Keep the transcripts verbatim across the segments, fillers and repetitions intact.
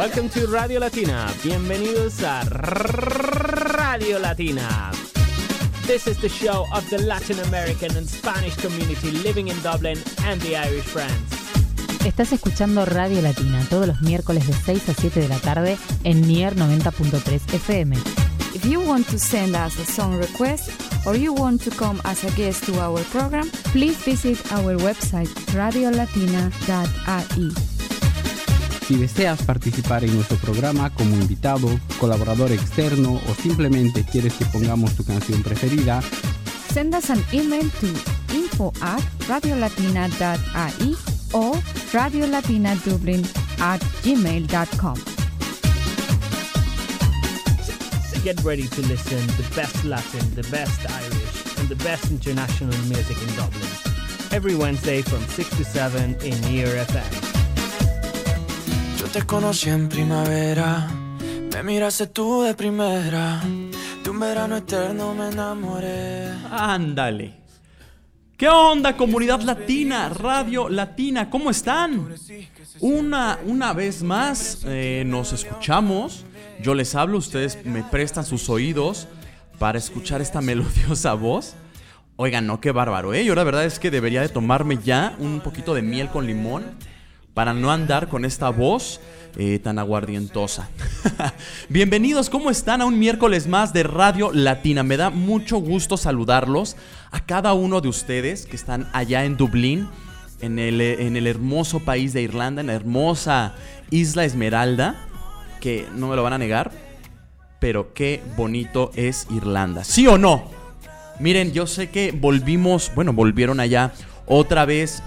Welcome to Radio Latina. Bienvenidos a Radio Latina. This is the show of the Latin American and Spanish community living in Dublin and the Irish friends. Estás escuchando Radio Latina todos los miércoles de seis a siete de la tarde en Nier noventa punto tres F M. If you want to send us a song request or you want to come as a guest to our program, please visit our website radio latina dot a i. Si deseas participar en nuestro programa como invitado, colaborador externo o simplemente quieres que pongamos tu canción preferida, send us an email to info at radio latina dot a i o radiolatina.dublin at gmail dot com. Get ready to listen to the best Latin, the best Irish, and the best international music in Dublin. Every Wednesday from six to seven in Nier F M. Yo te conocí en primavera, me miraste tú de primera, de un verano eterno me enamoré. Ándale. ¿Qué onda, comunidad latina, Radio Latina? ¿Cómo están? Una, una vez más eh, nos escuchamos. Yo les hablo, ustedes me prestan sus oídos para escuchar esta melodiosa voz. Oigan, no, qué bárbaro, ¿eh? Yo la verdad es que debería de tomarme ya un poquito de miel con limón para no andar con esta voz eh, tan aguardientosa. Bienvenidos, ¿cómo están? A un miércoles más de Radio Latina. Me da mucho gusto saludarlos a cada uno de ustedes que están allá en Dublín, en el, en el hermoso país de Irlanda, en la hermosa Isla Esmeralda, que no me lo van a negar, pero qué bonito es Irlanda. ¿Sí o no? Miren, yo sé que volvimos, bueno, volvieron allá otra vez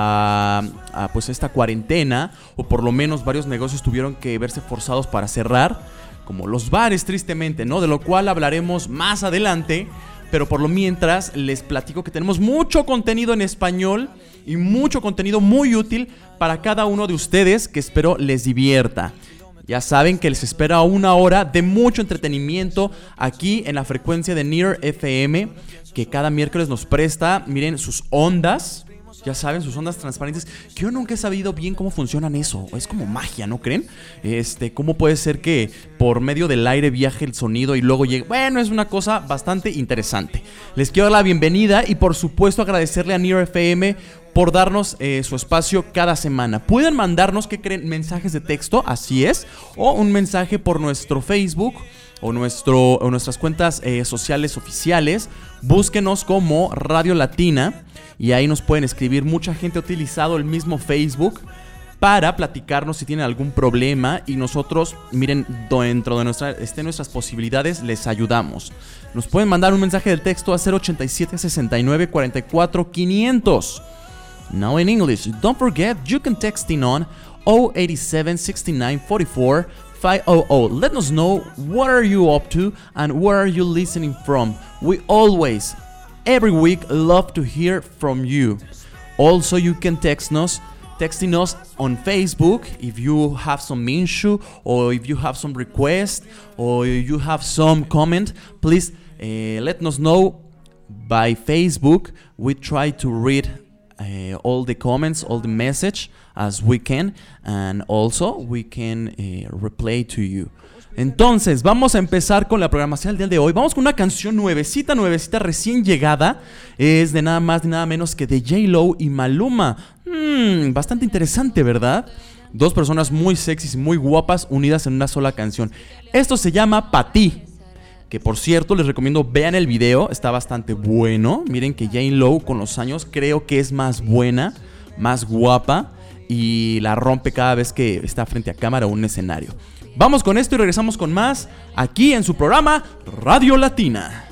a, a pues esta cuarentena, o por lo menos varios negocios tuvieron que verse forzados para cerrar, como los bares, tristemente, ¿no? De lo cual hablaremos más adelante, pero por lo mientras les platico que tenemos mucho contenido en español y mucho contenido muy útil para cada uno de ustedes, que espero les divierta. Ya saben que les espera una hora de mucho entretenimiento aquí en la frecuencia de Nier F M, que cada miércoles nos presta, miren, sus ondas, ya saben, sus ondas transparentes, que yo nunca he sabido bien cómo funcionan eso. Es como magia, ¿no creen? Este, ¿cómo puede ser que por medio del aire viaje el sonido y luego llegue? Bueno, es una cosa bastante interesante. Les quiero dar la bienvenida y por supuesto agradecerle a Nier F M por darnos eh, su espacio cada semana. Pueden mandarnos, ¿qué creen? Mensajes de texto, así es, o un mensaje por nuestro Facebook o, nuestro, o nuestras cuentas eh, sociales oficiales. Búsquenos como Radio Latina y ahí nos pueden escribir. Mucha gente ha utilizado el mismo Facebook para platicarnos si tienen algún problema y nosotros, miren, dentro de nuestra, este, nuestras posibilidades les ayudamos. Nos pueden mandar un mensaje de texto a cero ochenta y siete, sesenta y nueve, cuarenta y cuatro, quinientos. Now in English, don't forget you can text in on zero eight seven, six nine, four four, five hundred. Let us know what are you up to and where are you listening from. We always, every week, love to hear from you. Also, you can text us, texting us on Facebook if you have some issue or if you have some request or you have some comment. Please uh, let us know by Facebook. We try to read Uh, all the comments, all the message as we can, and also we can uh, replay to you. Entonces, vamos a empezar con la programación del día de hoy. Vamos con una canción nuevecita, nuevecita, recién llegada. Es de nada más, de nada menos que de J-Lo y Maluma. Hmm, bastante interesante, ¿verdad? Dos personas muy sexys y muy guapas unidas en una sola canción. Esto se llama Pa' Ti. Que por cierto, les recomiendo vean el video, está bastante bueno. Miren que J-Lo con los años creo que es más buena, más guapa y la rompe cada vez que está frente a cámara o un escenario. Vamos con esto y regresamos con más aquí en su programa Radio Latina.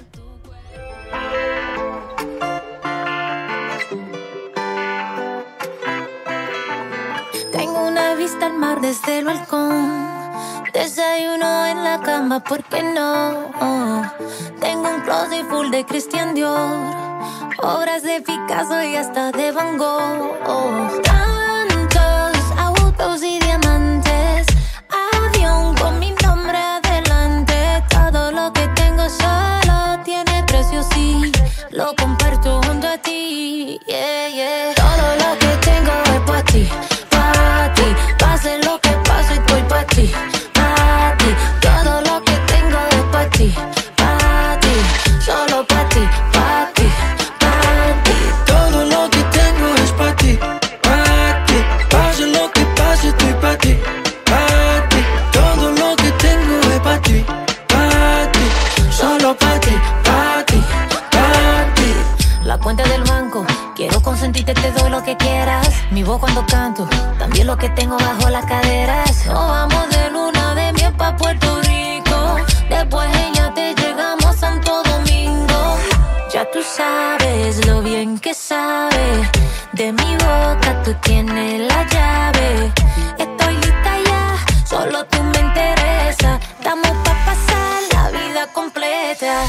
Tengo una vista al mar desde el balcón. Desayuno en la cama, ¿por qué no? Oh, tengo un closet full de Christian Dior, obras de Picasso y hasta de Van Gogh. Oh, tantos autos y diamantes, avión con mi nombre adelante. Todo lo que tengo solo tiene precio, sí, lo comparto junto a ti. Yeah, yeah. Todo lo que tengo es pa' ti, pa' ti. Pase lo que pase, estoy pa' ti. ti, pa' ti. Todo lo que tengo es pa' ti, pa' ti. Solo pa' ti, pa' ti, pa' ti. Todo lo que tengo es pa' ti, pa' ti. Pase lo que pase, estoy pa' ti, pa' ti. Todo lo que tengo es pa' ti, pa' ti. Solo pa' ti, pa' ti, pa' ti. La cuenta del banco, quiero consentirte, te doy lo que quieras. Mi voz cuando canto, también lo que tengo bajo las caderas. Nos vamos de luna de miel pa' Puerto Rico. Después ella te llegamos a Santo Domingo. Ya tú sabes lo bien que sabe. De mi boca tú tienes la llave. Estoy lista ya, solo tú me interesa. Estamos pa' pasar la vida completa.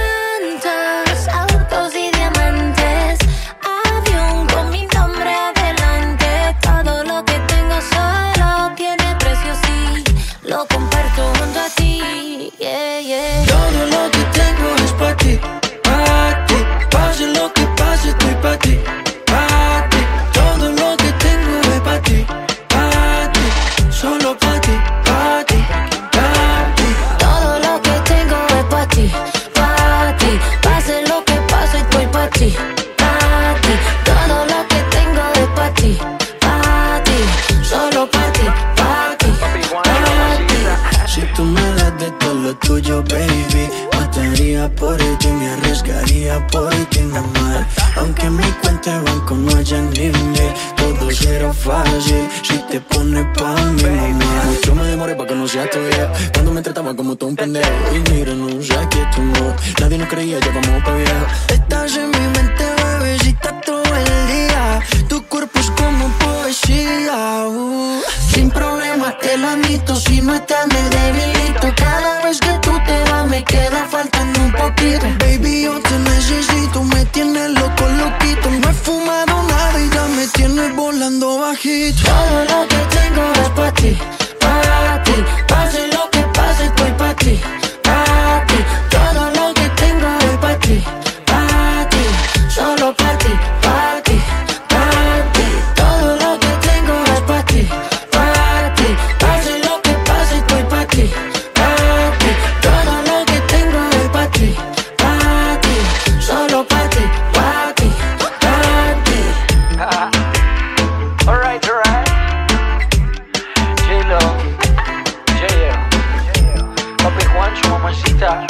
Tantos autos y diamantes, avión con mi nombre adelante. Todo lo que tengo solo tiene precio, sí. Lo comparto junto a ti, yeah, yeah. Todo lo que tengo es pa' ti, pa' ti. Pase lo que pase, estoy pa' ti, pa' ti. Todo lo que tengo es pa' ti, pa' ti. Solo pa' ti, pa' ti, pa' ti. Todo lo que tengo es pa' ti, pa' ti. Pase lo que pase, estoy pa' ti, pa' ti. Todo lo que tengo es pa' ti, pa' ti. Solo pa' ti, pa' ti, pa' ti. Si tú me das de todo lo tuyo, baby, mataría por ti, me arriesgaría por ti, mamá. Aunque mi cuenta de banco no haya límite, todo será fácil si te pones pa' mí, mamá. Mucho me demoré pa' que no sea tuya, cuando me trataba como todo un pendejo. Y mira, no sé aquí tu amor, nadie nos creía, ya vamos pa' viejo. Estás en mi mente, bebecita, todo el día. Tu cuerpo es como poesía, uh. Sin problema te lo admito, si no estás me debilito. Cada vez que tú te vas me queda faltando un poquito. Baby, yo te necesito, me tienes loco, loquito. No he fumado nada y ya me tienes volando bajito. Todo lo que tengo es pa' ti, pa' ti. Pase lo que pase, estoy pa' ti, pa' ti. Todo lo que tengo es pa' ti, pa' ti. Solo pa' ti, pa' ti, pa' ti. Todo lo que tengo es pa' ti, pa' ti. Pase lo que pase, estoy pa' ti, pa' ti. Todo lo que tengo es pa' ti, pa' ti. Solo pa' ti, pa' ti, pa' ti. Alright, alright. J-Lo, J-Lo, Papi Juancho, mamacita.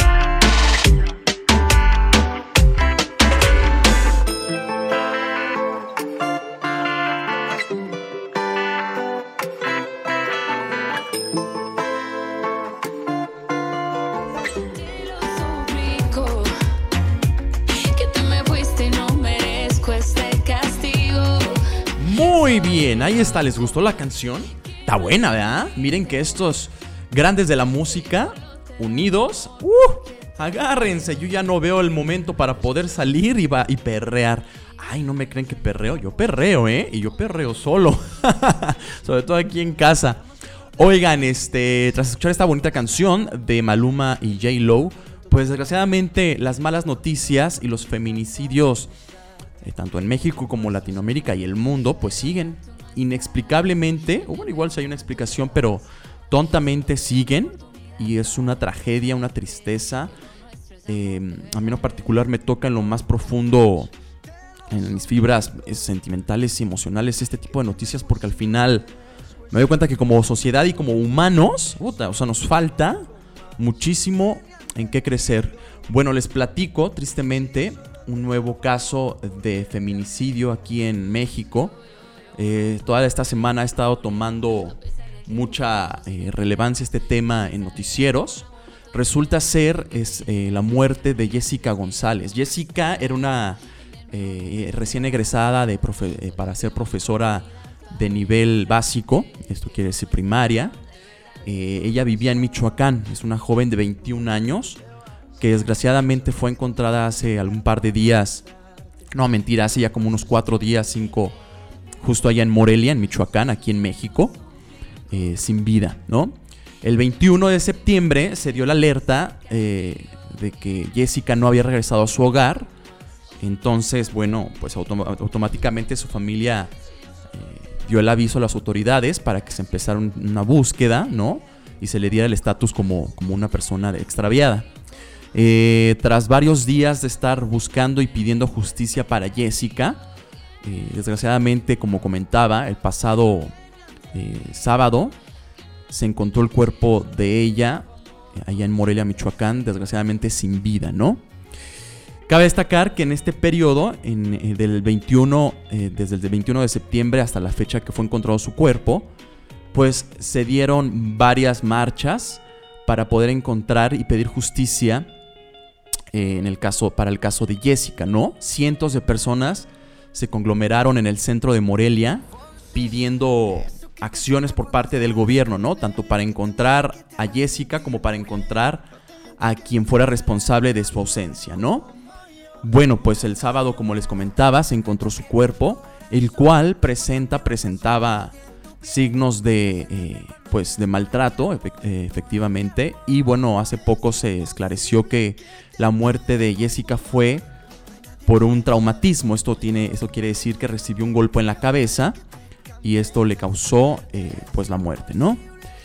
Muy bien, ahí está, ¿les gustó la canción? Está buena, ¿verdad? Miren que estos grandes de la música, unidos, ¡uh! Agárrense, yo ya no veo el momento para poder salir y, va, y perrear. Ay, no me creen que perreo, yo perreo, ¿eh? Y yo perreo solo, sobre todo aquí en casa. Oigan, este, tras escuchar esta bonita canción de Maluma y J-Lo, pues desgraciadamente las malas noticias y los feminicidios, eh, tanto en México como Latinoamérica y el mundo, pues siguen inexplicablemente. Bueno, igual si hay una explicación, pero tontamente siguen. Y es una tragedia, una tristeza. Eh, a mí en lo particular me toca en lo más profundo, en mis fibras sentimentales y emocionales, este tipo de noticias, porque al final me doy cuenta que como sociedad y como humanos, puta, o sea, nos falta muchísimo en qué crecer. Bueno, les platico tristemente un nuevo caso de feminicidio aquí en México. Eh, toda esta semana ha estado tomando mucha eh, relevancia este tema en noticieros. Resulta ser es, eh, la muerte de Jessica González. Jessica era una eh, recién egresada de profe- eh, para ser profesora de nivel básico, esto quiere decir primaria. Eh, ella vivía en Michoacán, es una joven de veintiún años que desgraciadamente fue encontrada hace algún par de días, no mentira, hace ya como unos cuatro días, cinco, justo allá en Morelia, en Michoacán, aquí en México, eh, sin vida, ¿no? El veintiuno de septiembre se dio la alerta eh, de que Jessica no había regresado a su hogar. Entonces, bueno, pues autom- automáticamente su familia eh, dio el aviso a las autoridades para que se empezara una búsqueda, ¿no? Y se le diera el estatus como, como una persona extraviada. Eh, tras varios días de estar buscando y pidiendo justicia para Jessica, eh, desgraciadamente, como comentaba, el pasado eh, sábado se encontró el cuerpo de ella eh, allá en Morelia, Michoacán, desgraciadamente sin vida, ¿no? Cabe destacar que en este periodo, en, eh, del veintiuno, eh, desde el veintiuno de septiembre hasta la fecha que fue encontrado su cuerpo, pues se dieron varias marchas para poder encontrar y pedir justicia eh, en el caso, para el caso de Jessica, ¿no? Cientos de personas se conglomeraron en el centro de Morelia pidiendo acciones por parte del gobierno, ¿no? Tanto para encontrar a Jessica como para encontrar a quien fuera responsable de su ausencia, ¿no? Bueno, pues el sábado, como les comentaba, se encontró su cuerpo, el cual presenta, presentaba signos de, eh, pues, de maltrato, efect- eh, efectivamente. Y bueno, hace poco se esclareció que la muerte de Jessica fue por un traumatismo. Esto, tiene, esto quiere decir que recibió un golpe en la cabeza y esto le causó eh, pues la muerte, ¿no?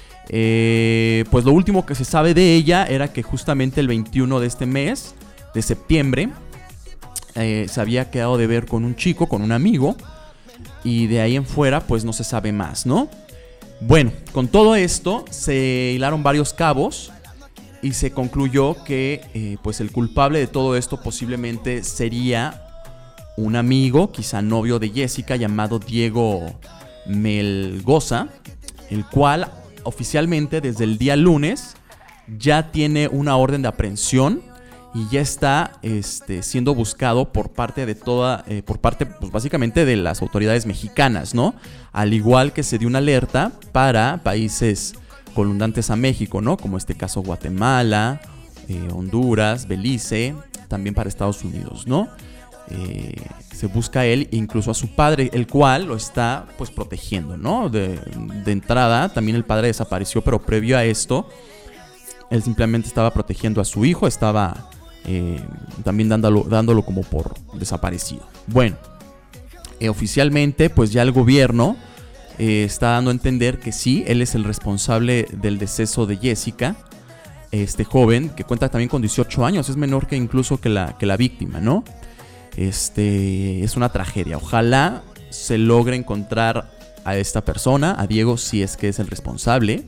Eh, pues lo último que se sabe de ella era que justamente el veintiuno de este mes, de septiembre, eh, se había quedado de ver con un chico, con un amigo, y de ahí en fuera pues no se sabe más, ¿no? Bueno, con todo esto se hilaron varios cabos y se concluyó que eh, pues el culpable de todo esto posiblemente sería un amigo, quizá novio de Jessica, llamado Diego Melgoza, el cual oficialmente desde el día lunes ya tiene una orden de aprehensión y ya está este, siendo buscado por parte de toda, eh, por parte pues básicamente de las autoridades mexicanas, ¿no? Al igual que se dio una alerta para países colindantes a México, ¿no? Como este caso Guatemala, eh, Honduras, Belice, también para Estados Unidos, ¿no? Eh, se busca a él, incluso a su padre, el cual lo está pues protegiendo, ¿no? De, de entrada, también el padre desapareció, pero previo a esto, él simplemente estaba protegiendo a su hijo, estaba eh, también dándolo, dándolo como por desaparecido. Bueno, eh, oficialmente pues ya el gobierno eh, está dando a entender que sí, él es el responsable del deceso de Jessica, este joven que cuenta también con dieciocho años, es menor que incluso que la, que la víctima, ¿no? Este, es una tragedia. Ojalá se logre encontrar a esta persona, a Diego, si es que es el responsable,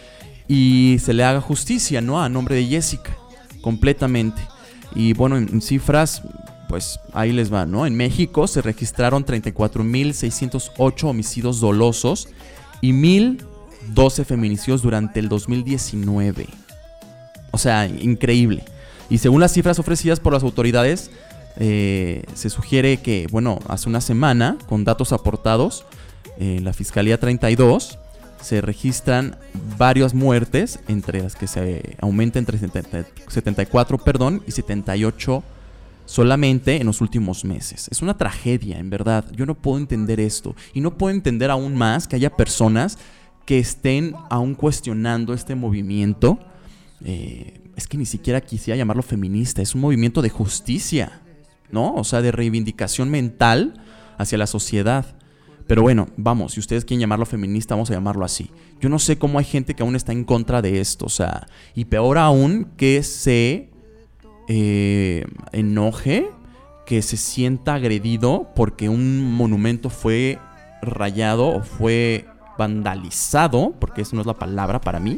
y se le haga justicia, ¿no? A nombre de Jessica, completamente. Y bueno, en, en cifras, pues ahí les va, ¿no? En México se registraron treinta y cuatro mil seiscientos ocho homicidios dolosos y mil doce feminicidios durante el dos mil diecinueve. O sea, increíble. Y según las cifras ofrecidas por las autoridades, Eh, se sugiere que, bueno, hace una semana, con datos aportados en eh, la Fiscalía treinta y dos, se registran varias muertes, entre las que se aumenta entre setenta y cuatro, perdón, y setenta y ocho solamente en los últimos meses. Es una tragedia, en verdad. Yo no puedo entender esto, y no puedo entender aún más que haya personas que estén aún cuestionando este movimiento. Eh, es que ni siquiera quisiera llamarlo feminista, es un movimiento de justicia, ¿no? O sea, de reivindicación mental hacia la sociedad. Pero bueno, vamos, si ustedes quieren llamarlo feminista, vamos a llamarlo así. Yo no sé cómo hay gente que aún está en contra de esto, o sea, y peor aún que se eh, enoje, que se sienta agredido porque un monumento fue rayado o fue vandalizado, porque eso no es la palabra para mí,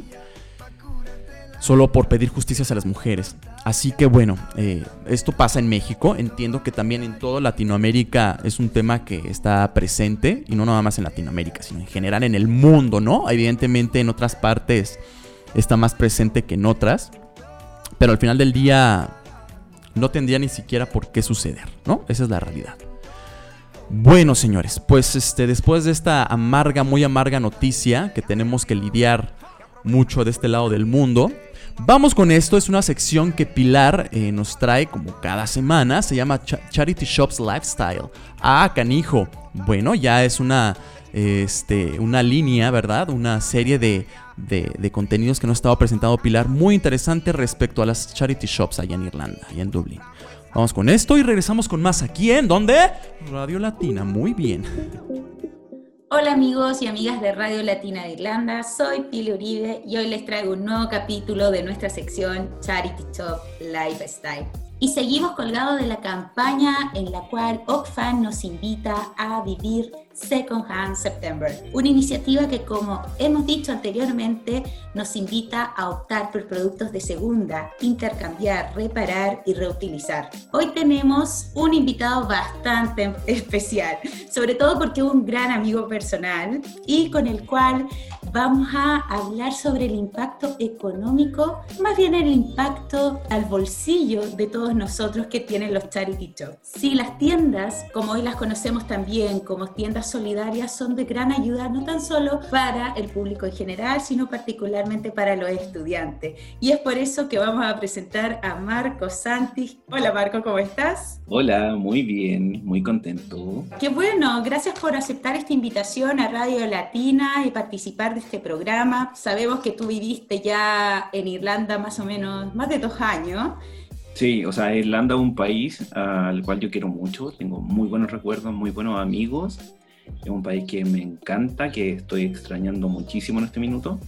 solo por pedir justicia hacia las mujeres. Así que bueno, eh, esto pasa en México. Entiendo que también en toda Latinoamérica es un tema que está presente, y no nada más en Latinoamérica, sino en general en el mundo, ¿no? Evidentemente en otras partes está más presente que en otras, pero al final del día no tendría ni siquiera por qué suceder, ¿no? Esa es la realidad. Bueno, señores, pues este, después de esta amarga, muy amarga noticia que tenemos que lidiar mucho de este lado del mundo, vamos con esto. Es una sección que Pilar eh, nos trae como cada semana. Se llama Ch- Charity Shops Lifestyle. Ah, canijo. Bueno, ya es una, este, una línea, ¿verdad? Una serie de, de, de contenidos que nos estaba presentando Pilar, muy interesante respecto a las charity shops allá en Irlanda, allá en Dublín. Vamos con esto y regresamos con más aquí en ¿dónde? Radio Latina. Muy bien. Hola amigos y amigas de Radio Latina de Irlanda, soy Pili Uribe y hoy les traigo un nuevo capítulo de nuestra sección Charity Shop Lifestyle. Y seguimos colgados de la campaña en la cual Oxfam nos invita a vivir Second Hand September, una iniciativa que, como hemos dicho anteriormente, nos invita a optar por productos de segunda, intercambiar, reparar y reutilizar. Hoy tenemos un invitado bastante especial, sobre todo porque es un gran amigo personal y con el cual vamos a hablar sobre el impacto económico, más bien el impacto al bolsillo de todos nosotros que tienen los charity shops. Si las tiendas, como hoy las conocemos también como tiendas solidarias, son de gran ayuda no tan solo para el público en general, sino particularmente para los estudiantes. Y es por eso que vamos a presentar a Marco Santis. Hola Marco, ¿cómo estás? Hola, muy bien, muy contento. Qué bueno, gracias por aceptar esta invitación a Radio Latina y participar de este programa. Sabemos que tú viviste ya en Irlanda más o menos más de dos años. Sí, o sea, Irlanda es un país al cual yo quiero mucho, tengo muy buenos recuerdos, muy buenos amigos. Es un país que me encanta, que estoy extrañando muchísimo en este minuto.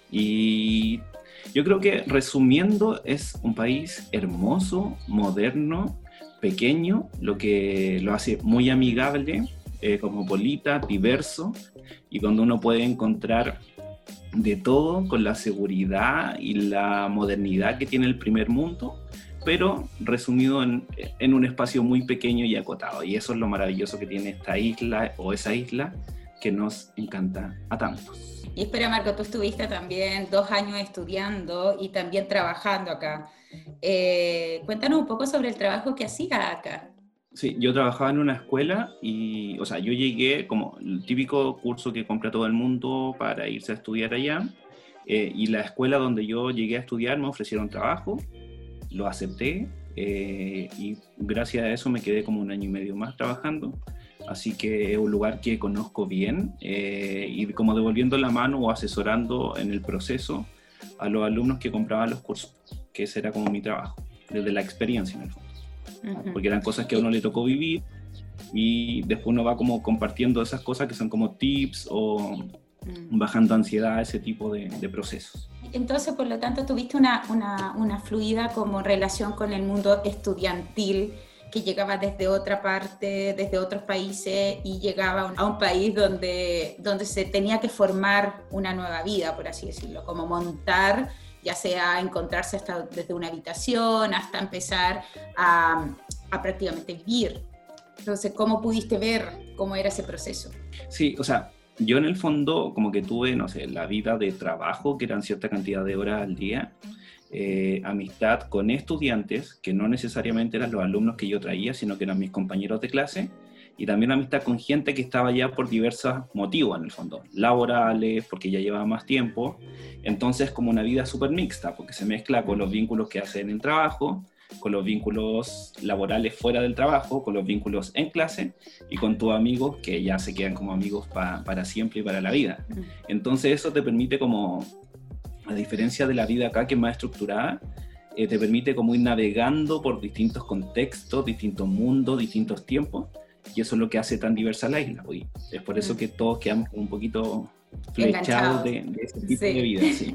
Y yo creo que, resumiendo, es un país hermoso, moderno, pequeño, lo que lo hace muy amigable, eh, cosmopolita, diverso, y donde uno puede encontrar de todo con la seguridad y la modernidad que tiene el primer mundo, pero resumido en, en un espacio muy pequeño y acotado. Y eso es lo maravilloso que tiene esta isla, o esa isla, que nos encanta a tantos. Y espera, Marco, tú estuviste también dos años estudiando y también trabajando acá. Eh, cuéntanos un poco sobre el trabajo que hacías acá. Sí, yo trabajaba en una escuela y, o sea, yo llegué como el típico curso que compra todo el mundo para irse a estudiar allá, eh, y la escuela donde yo llegué a estudiar me ofrecieron trabajo. Lo acepté, eh, y gracias a eso me quedé como un año y medio más trabajando, así que es un lugar que conozco bien, eh, y como devolviendo la mano o asesorando en el proceso a los alumnos que compraban los cursos, que ese era como mi trabajo, desde la experiencia en el fondo, uh-huh. Porque eran cosas que a uno le tocó vivir y después uno va como compartiendo esas cosas que son como tips o uh-huh. bajando ansiedad, ese tipo de, de procesos. Entonces, por lo tanto, tuviste una, una, una fluida como relación con el mundo estudiantil que llegaba desde otra parte, desde otros países, y llegaba a un país donde, donde se tenía que formar una nueva vida, por así decirlo, como montar, ya sea encontrarse hasta desde una habitación hasta empezar a, a prácticamente vivir. Entonces, ¿cómo pudiste ver cómo era ese proceso? Sí, o sea, yo en el fondo como que tuve, no sé, la vida de trabajo, que eran cierta cantidad de horas al día, eh, amistad con estudiantes, que no necesariamente eran los alumnos que yo traía, sino que eran mis compañeros de clase, y también amistad con gente que estaba allá por diversos motivos en el fondo, laborales, porque ya llevaba más tiempo, entonces como una vida súper mixta, porque se mezcla con los vínculos que hacen en el trabajo, con los vínculos laborales fuera del trabajo, con los vínculos en clase y con tus amigos que ya se quedan como amigos pa, para siempre y para la vida. Entonces eso te permite como, a diferencia de la vida acá que es más estructurada, eh, te permite como ir navegando por distintos contextos, distintos mundos, distintos tiempos, y eso es lo que hace tan diversa la isla. Pues. Es por eso que todos quedamos un poquito flechados de, de ese tipo sí. de vida. Sí.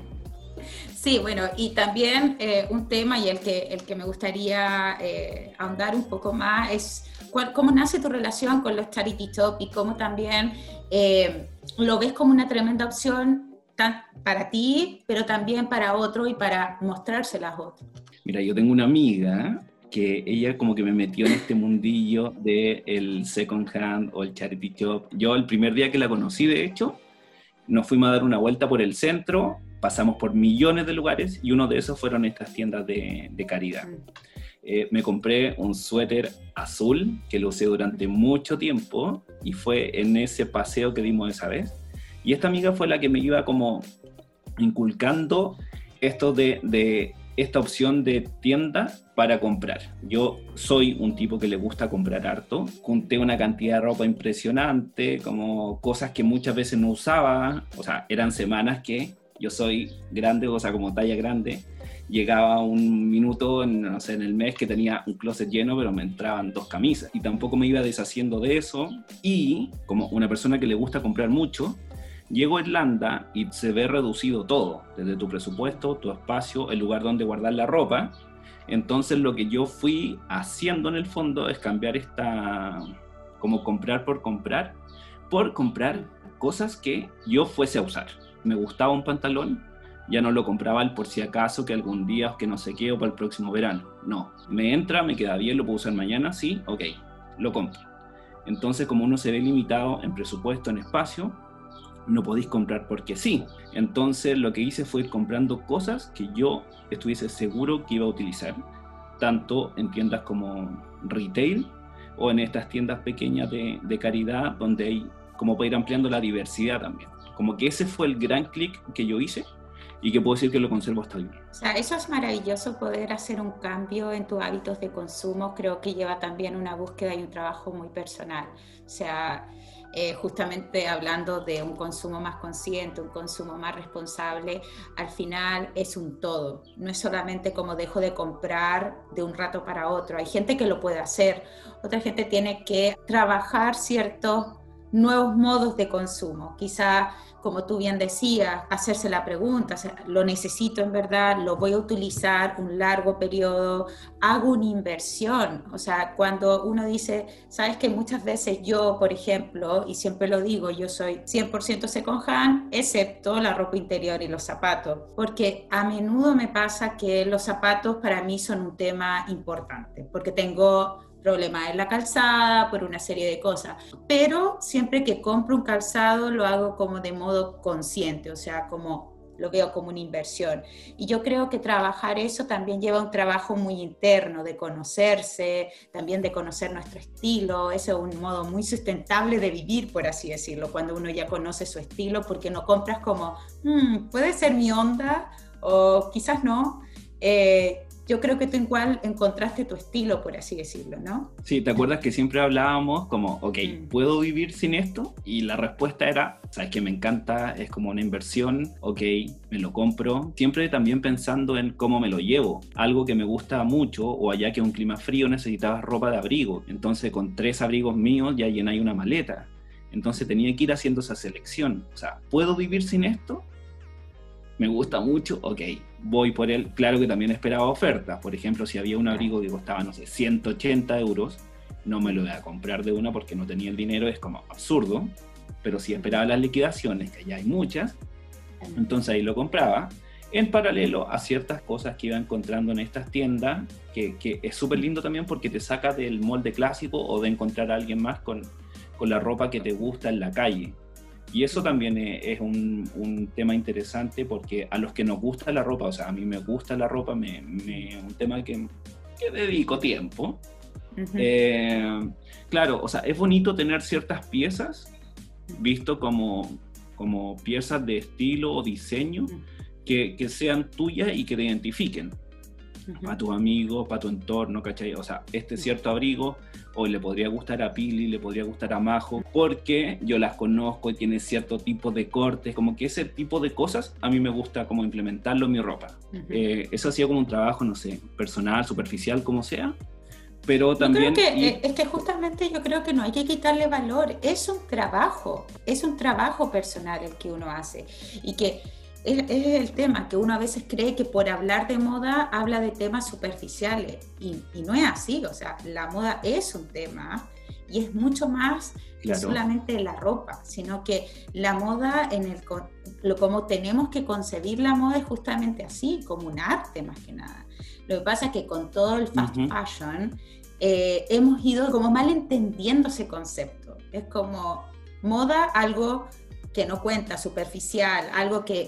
Sí, bueno, y también eh, un tema y el que, el que me gustaría eh, ahondar un poco más es cuál, cómo nace tu relación con los charity shop y cómo también eh, lo ves como una tremenda opción tan, para ti, pero también para otro y para mostrárselas a otros. Mira, yo tengo una amiga que ella como que me metió en este mundillo del second hand o el charity shop. Yo el primer día que la conocí, de hecho, nos fuimos a dar una vuelta por el centro, pasamos por millones de lugares y uno de esos fueron estas tiendas de, de caridad. Eh, me compré un suéter azul que lo usé durante mucho tiempo y fue en ese paseo que dimos esa vez. Y esta amiga fue la que me iba como inculcando esto de, de esta opción de tienda para comprar. Yo soy un tipo que le gusta comprar harto, junté una cantidad de ropa impresionante, como cosas que muchas veces no usaba, o sea, eran semanas que yo soy grande, o sea, como talla grande, llegaba un minuto, en, no sé, en el mes que tenía un closet lleno, pero me entraban dos camisas. Y tampoco me iba deshaciendo de eso. Y como una persona que le gusta comprar mucho, llego a Irlanda y se ve reducido todo, desde tu presupuesto, tu espacio, el lugar donde guardar la ropa. Entonces lo que yo fui haciendo en el fondo es cambiar esta, como comprar por comprar, por comprar cosas que yo fuese a usar. Me gustaba un pantalón, ya no lo compraba el por si acaso, que algún día o que no sé qué, o para el próximo verano. No, me entra, me queda bien, lo puedo usar mañana, sí, ok, lo compro. Entonces como uno se ve limitado en presupuesto, en espacio, no podéis comprar porque sí. Entonces lo que hice fue ir comprando cosas que yo estuviese seguro que iba a utilizar, tanto en tiendas como retail o en estas tiendas pequeñas de, de caridad, donde hay como para ir ampliando la diversidad también. Como que ese fue el gran clic que yo hice y que puedo decir que lo conservo hasta hoy. O sea, eso es maravilloso, poder hacer un cambio en tus hábitos de consumo. Creo que lleva también una búsqueda y un trabajo muy personal. O sea, eh, justamente hablando de un consumo más consciente, un consumo más responsable, al final es un todo. No es solamente como dejo de comprar de un rato para otro. Hay gente que lo puede hacer, otra gente tiene que trabajar ciertos nuevos modos de consumo. Quizá, como tú bien decías, hacerse la pregunta, o sea, ¿lo necesito en verdad? ¿Lo voy a utilizar un largo periodo? ¿Hago una inversión? O sea, cuando uno dice, sabes que muchas veces yo, por ejemplo, y siempre lo digo, yo soy cien por ciento second hand, excepto la ropa interior y los zapatos, porque a menudo me pasa que los zapatos para mí son un tema importante, porque tengo problemas en la calzada, por una serie de cosas, pero siempre que compro un calzado lo hago como de modo consciente, o sea, como lo veo como una inversión. Y yo creo que trabajar eso también lleva un trabajo muy interno, de conocerse, también de conocer nuestro estilo. Ese es un modo muy sustentable de vivir, por así decirlo, cuando uno ya conoce su estilo, porque no compras como, hmm, puede ser mi onda, o quizás no. Eh, Yo creo que tú igual encontraste tu estilo, por así decirlo, ¿no? Sí, ¿te acuerdas que siempre hablábamos como, ok, ¿puedo vivir sin esto? Y la respuesta era, sabes que me encanta, es como una inversión, ok, me lo compro. Siempre también pensando en cómo me lo llevo. Algo que me gusta mucho, o allá que un clima frío necesitabas ropa de abrigo. Entonces con tres abrigos míos ya llenáis una maleta. Entonces tenía que ir haciendo esa selección. O sea, ¿puedo vivir sin esto? Me gusta mucho, ok, voy por él. Claro que también esperaba ofertas. Por ejemplo, si había un abrigo que costaba, no sé, ciento ochenta euros, no me lo iba a comprar de una porque no tenía el dinero, es como absurdo. Pero si esperaba las liquidaciones, que ya hay muchas, entonces ahí lo compraba, en paralelo a ciertas cosas que iba encontrando en estas tiendas, que, que es súper lindo también porque te saca del molde clásico o de encontrar a alguien más con, con la ropa que te gusta en la calle. Y eso también es un, un tema interesante porque a los que nos gusta la ropa, o sea, a mí me gusta la ropa, me, me, un tema que, que dedico tiempo. Uh-huh. Eh, claro, o sea, es bonito tener ciertas piezas, visto como, como piezas de estilo o diseño, que, que sean tuyas y que te identifiquen. Uh-huh. Para tus amigos, para tu entorno, ¿cachai? O sea, este cierto abrigo hoy le podría gustar a Pili, le podría gustar a Majo, porque yo las conozco y tiene cierto tipo de cortes, como que ese tipo de cosas a mí me gusta como implementarlo en mi ropa. Uh-huh. Eh, eso ha sido como un trabajo, no sé, personal, superficial, como sea, pero también... Yo creo que, y... es que justamente yo creo que no hay que quitarle valor, es un trabajo, es un trabajo personal el que uno hace, y que es, es el tema, que uno a veces cree que por hablar de moda habla de temas superficiales, y, y no es así. O sea, la moda es un tema y es mucho más que claro. solamente la ropa, sino que la moda, en el lo, como tenemos que concebir la moda, es justamente así, como un arte más que nada. Lo que pasa es que con todo el fast uh-huh. fashion eh, hemos ido como mal entendiendo ese concepto. Es como moda, algo que no cuenta, superficial, algo que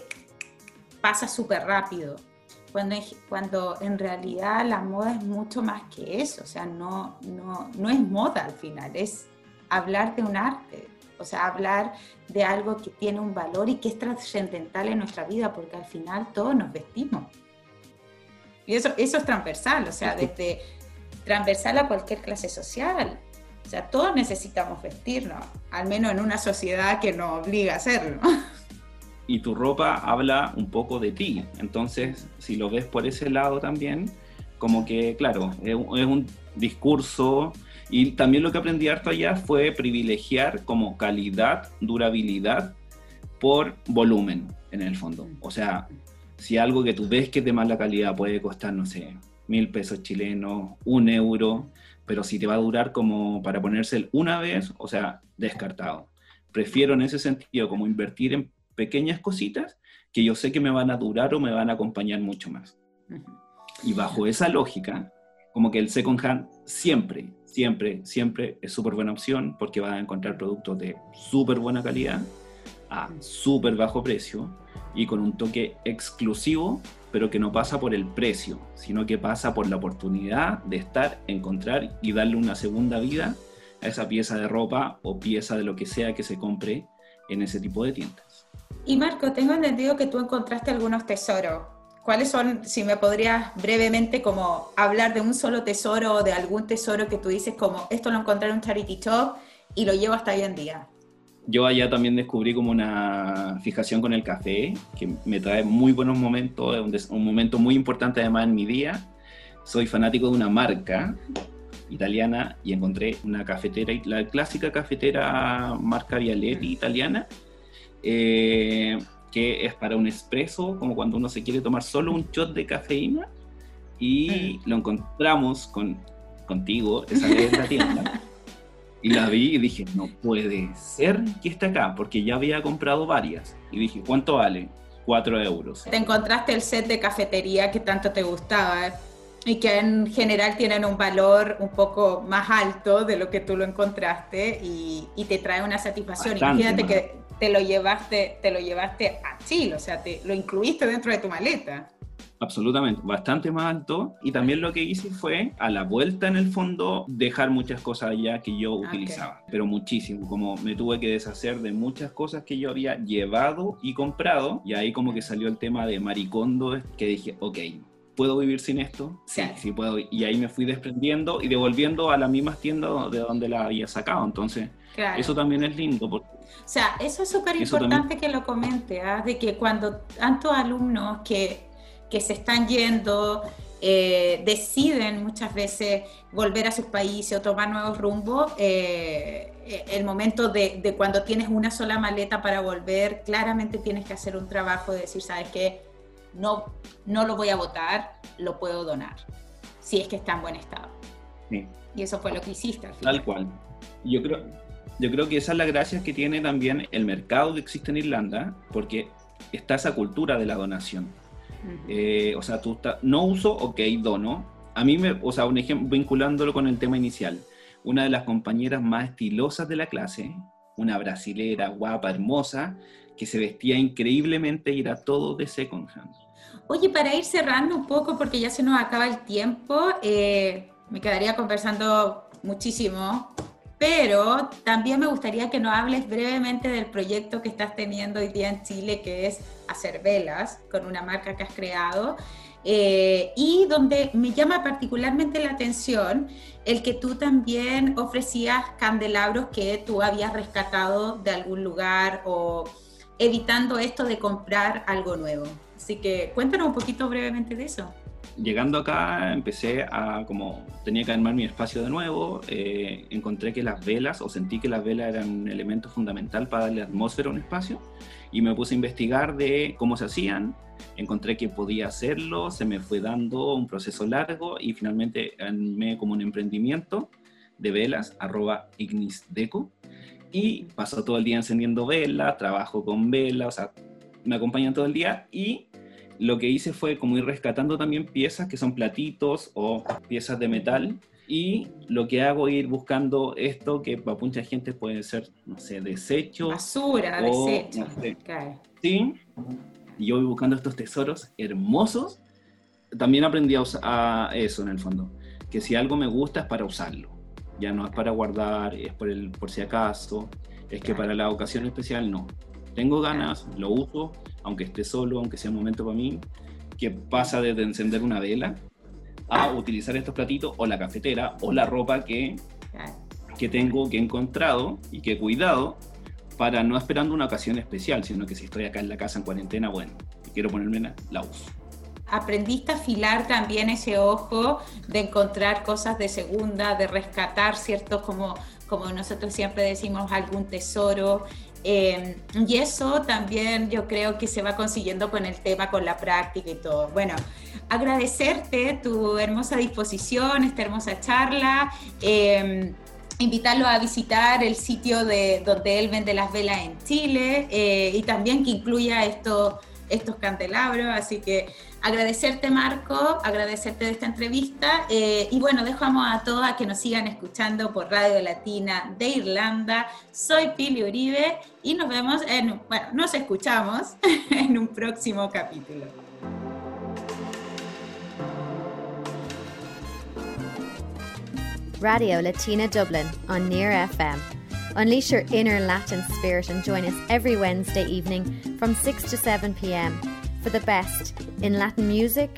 pasa súper rápido, cuando, cuando en realidad la moda es mucho más que eso. O sea, no, no, no es moda al final, es hablar de un arte, o sea, hablar de algo que tiene un valor y que es trascendental en nuestra vida, porque al final todos nos vestimos. Y eso, eso es transversal, o sea, desde transversal a cualquier clase social. O sea, todos necesitamos vestirnos, al menos en una sociedad que nos obliga a hacerlo. y tu ropa habla un poco de ti. Entonces, si lo ves por ese lado también, como que, claro, es un, es un discurso. Y también lo que aprendí harto allá fue privilegiar como calidad, durabilidad por volumen, en el fondo. O sea, si algo que tú ves que es de mala calidad puede costar, no sé, mil pesos chilenos, un euro, pero si te va a durar como para ponerse una vez, o sea, descartado. Prefiero en ese sentido como invertir en pequeñas cositas que yo sé que me van a durar o me van a acompañar mucho más. Y bajo esa lógica, como que el second hand siempre, siempre, siempre es súper buena opción porque vas a encontrar productos de súper buena calidad a súper bajo precio y con un toque exclusivo, pero que no pasa por el precio, sino que pasa por la oportunidad de estar, encontrar y darle una segunda vida a esa pieza de ropa o pieza de lo que sea que se compre en ese tipo de tiendas. Y Marco, tengo entendido que tú encontraste algunos tesoros. ¿Cuáles son, si me podrías brevemente como hablar de un solo tesoro o de algún tesoro que tú dices como esto lo encontré en un charity shop y lo llevo hasta hoy en día? Yo allá también descubrí como una fijación con el café, que me trae muy buenos momentos, es un, des- un momento muy importante además en mi día. Soy fanático de una marca italiana y encontré una cafetera, la clásica cafetera marca Vialetti italiana, eh, que es para un espresso, como cuando uno se quiere tomar solo un shot de cafeína, y lo encontramos con, contigo esa vez en la tienda. Y la vi y dije, no puede ser que esté acá, porque ya había comprado varias. Y dije, ¿cuánto vale? Cuatro euros. Te encontraste el set de cafetería que tanto te gustaba y que en general tienen un valor un poco más alto de lo que tú lo encontraste y, y te trae una satisfacción. Bastante Imagínate más. que te lo llevaste, te lo llevaste a Chile, o sea, te lo incluiste dentro de tu maleta. Absolutamente, bastante más alto. Y también lo que hice fue, a la vuelta en el fondo, dejar muchas cosas allá que yo utilizaba. Pero muchísimo, como me tuve que deshacer de muchas cosas que yo había llevado y comprado. Y ahí como que salió el tema de Maricondo, que dije, ok, ¿puedo vivir sin esto? Sí, Claro. sí puedo. Y ahí me fui desprendiendo y devolviendo a las mismas tiendas de donde la había sacado. Entonces, Claro. eso también es lindo. Porque O sea, eso es súper Eso importante también. que lo comente, ¿ah? De que cuando tantos alumnos que, que se están yendo eh, deciden muchas veces volver a sus países o tomar nuevos rumbos, eh, el momento de, de cuando tienes una sola maleta para volver, claramente tienes que hacer un trabajo de decir, ¿sabes qué? No, no lo voy a botar, lo puedo donar, si es que está en buen estado. sí. Y eso fue lo que hiciste al final. Tal cual. Yo creo, yo creo que esa es la gracia que tiene también el mercado que existe en Irlanda, porque está esa cultura de la donación. Ujú. Eh, o sea, tú está, no uso, ok, dono. A mí, me, o sea, un ejemplo, vinculándolo con el tema inicial, una de las compañeras más estilosas de la clase, una brasilera, guapa, hermosa, que se vestía increíblemente y era todo de second hand. Oye, para ir cerrando un poco, porque ya se nos acaba el tiempo, eh, me quedaría conversando muchísimo, pero también me gustaría que nos hables brevemente del proyecto que estás teniendo hoy día en Chile, que es hacer velas con una marca que has creado, eh, y donde me llama particularmente la atención el que tú también ofrecías candelabros que tú habías rescatado de algún lugar o evitando esto de comprar algo nuevo. Así que cuéntanos un poquito brevemente de eso. Llegando acá empecé a, como tenía que armar mi espacio de nuevo, eh, encontré que las velas, o sentí que las velas eran un elemento fundamental para darle atmósfera a un espacio, y me puse a investigar de cómo se hacían, encontré que podía hacerlo, se me fue dando un proceso largo, y finalmente armé como un emprendimiento de velas, arroba ignisdeco, y paso todo el día encendiendo velas, trabajo con velas, o sea, me acompañan todo el día, y lo que hice fue como ir rescatando también piezas que son platitos o piezas de metal, y lo que hago es ir buscando esto que para mucha gente puede ser, no sé, desechos. Basura, o, desecho. no sé, Claro. sí, y yo voy buscando estos tesoros hermosos. También aprendí a, usar, a eso en el fondo, que si algo me gusta es para usarlo, ya no es para guardar, es por, el, por si acaso, es que para la ocasión especial no. Tengo ganas, lo uso, aunque esté solo, aunque sea un momento para mí, que pasa desde encender una vela a utilizar estos platitos o la cafetera o la ropa que, Claro. que tengo, que he encontrado y que he cuidado para no esperando una ocasión especial, sino que si estoy acá en la casa en cuarentena, bueno, quiero ponerme la, la uso. Aprendiste a afilar también ese ojo de encontrar cosas de segunda, de rescatar ciertos, como, como nosotros siempre decimos, algún tesoro. Eh, y eso también yo creo que se va consiguiendo con el tema, con la práctica y todo. Bueno, agradecerte tu hermosa disposición, esta hermosa charla. Eh, invitarlo a visitar el sitio de, donde él vende las velas en Chile, eh, y también que incluya esto, estos candelabros. Así que agradecerte, Marco, agradecerte de esta entrevista, eh, y bueno, dejamos a todos a que nos sigan escuchando por Radio Latina de Irlanda. Soy Pili Uribe y nos vemos, en, bueno, nos escuchamos en un próximo capítulo. Radio Latina Dublin on Near F M. Unleash your inner Latin spirit and join us every Wednesday evening from six to seven p.m. for the best in Latin music,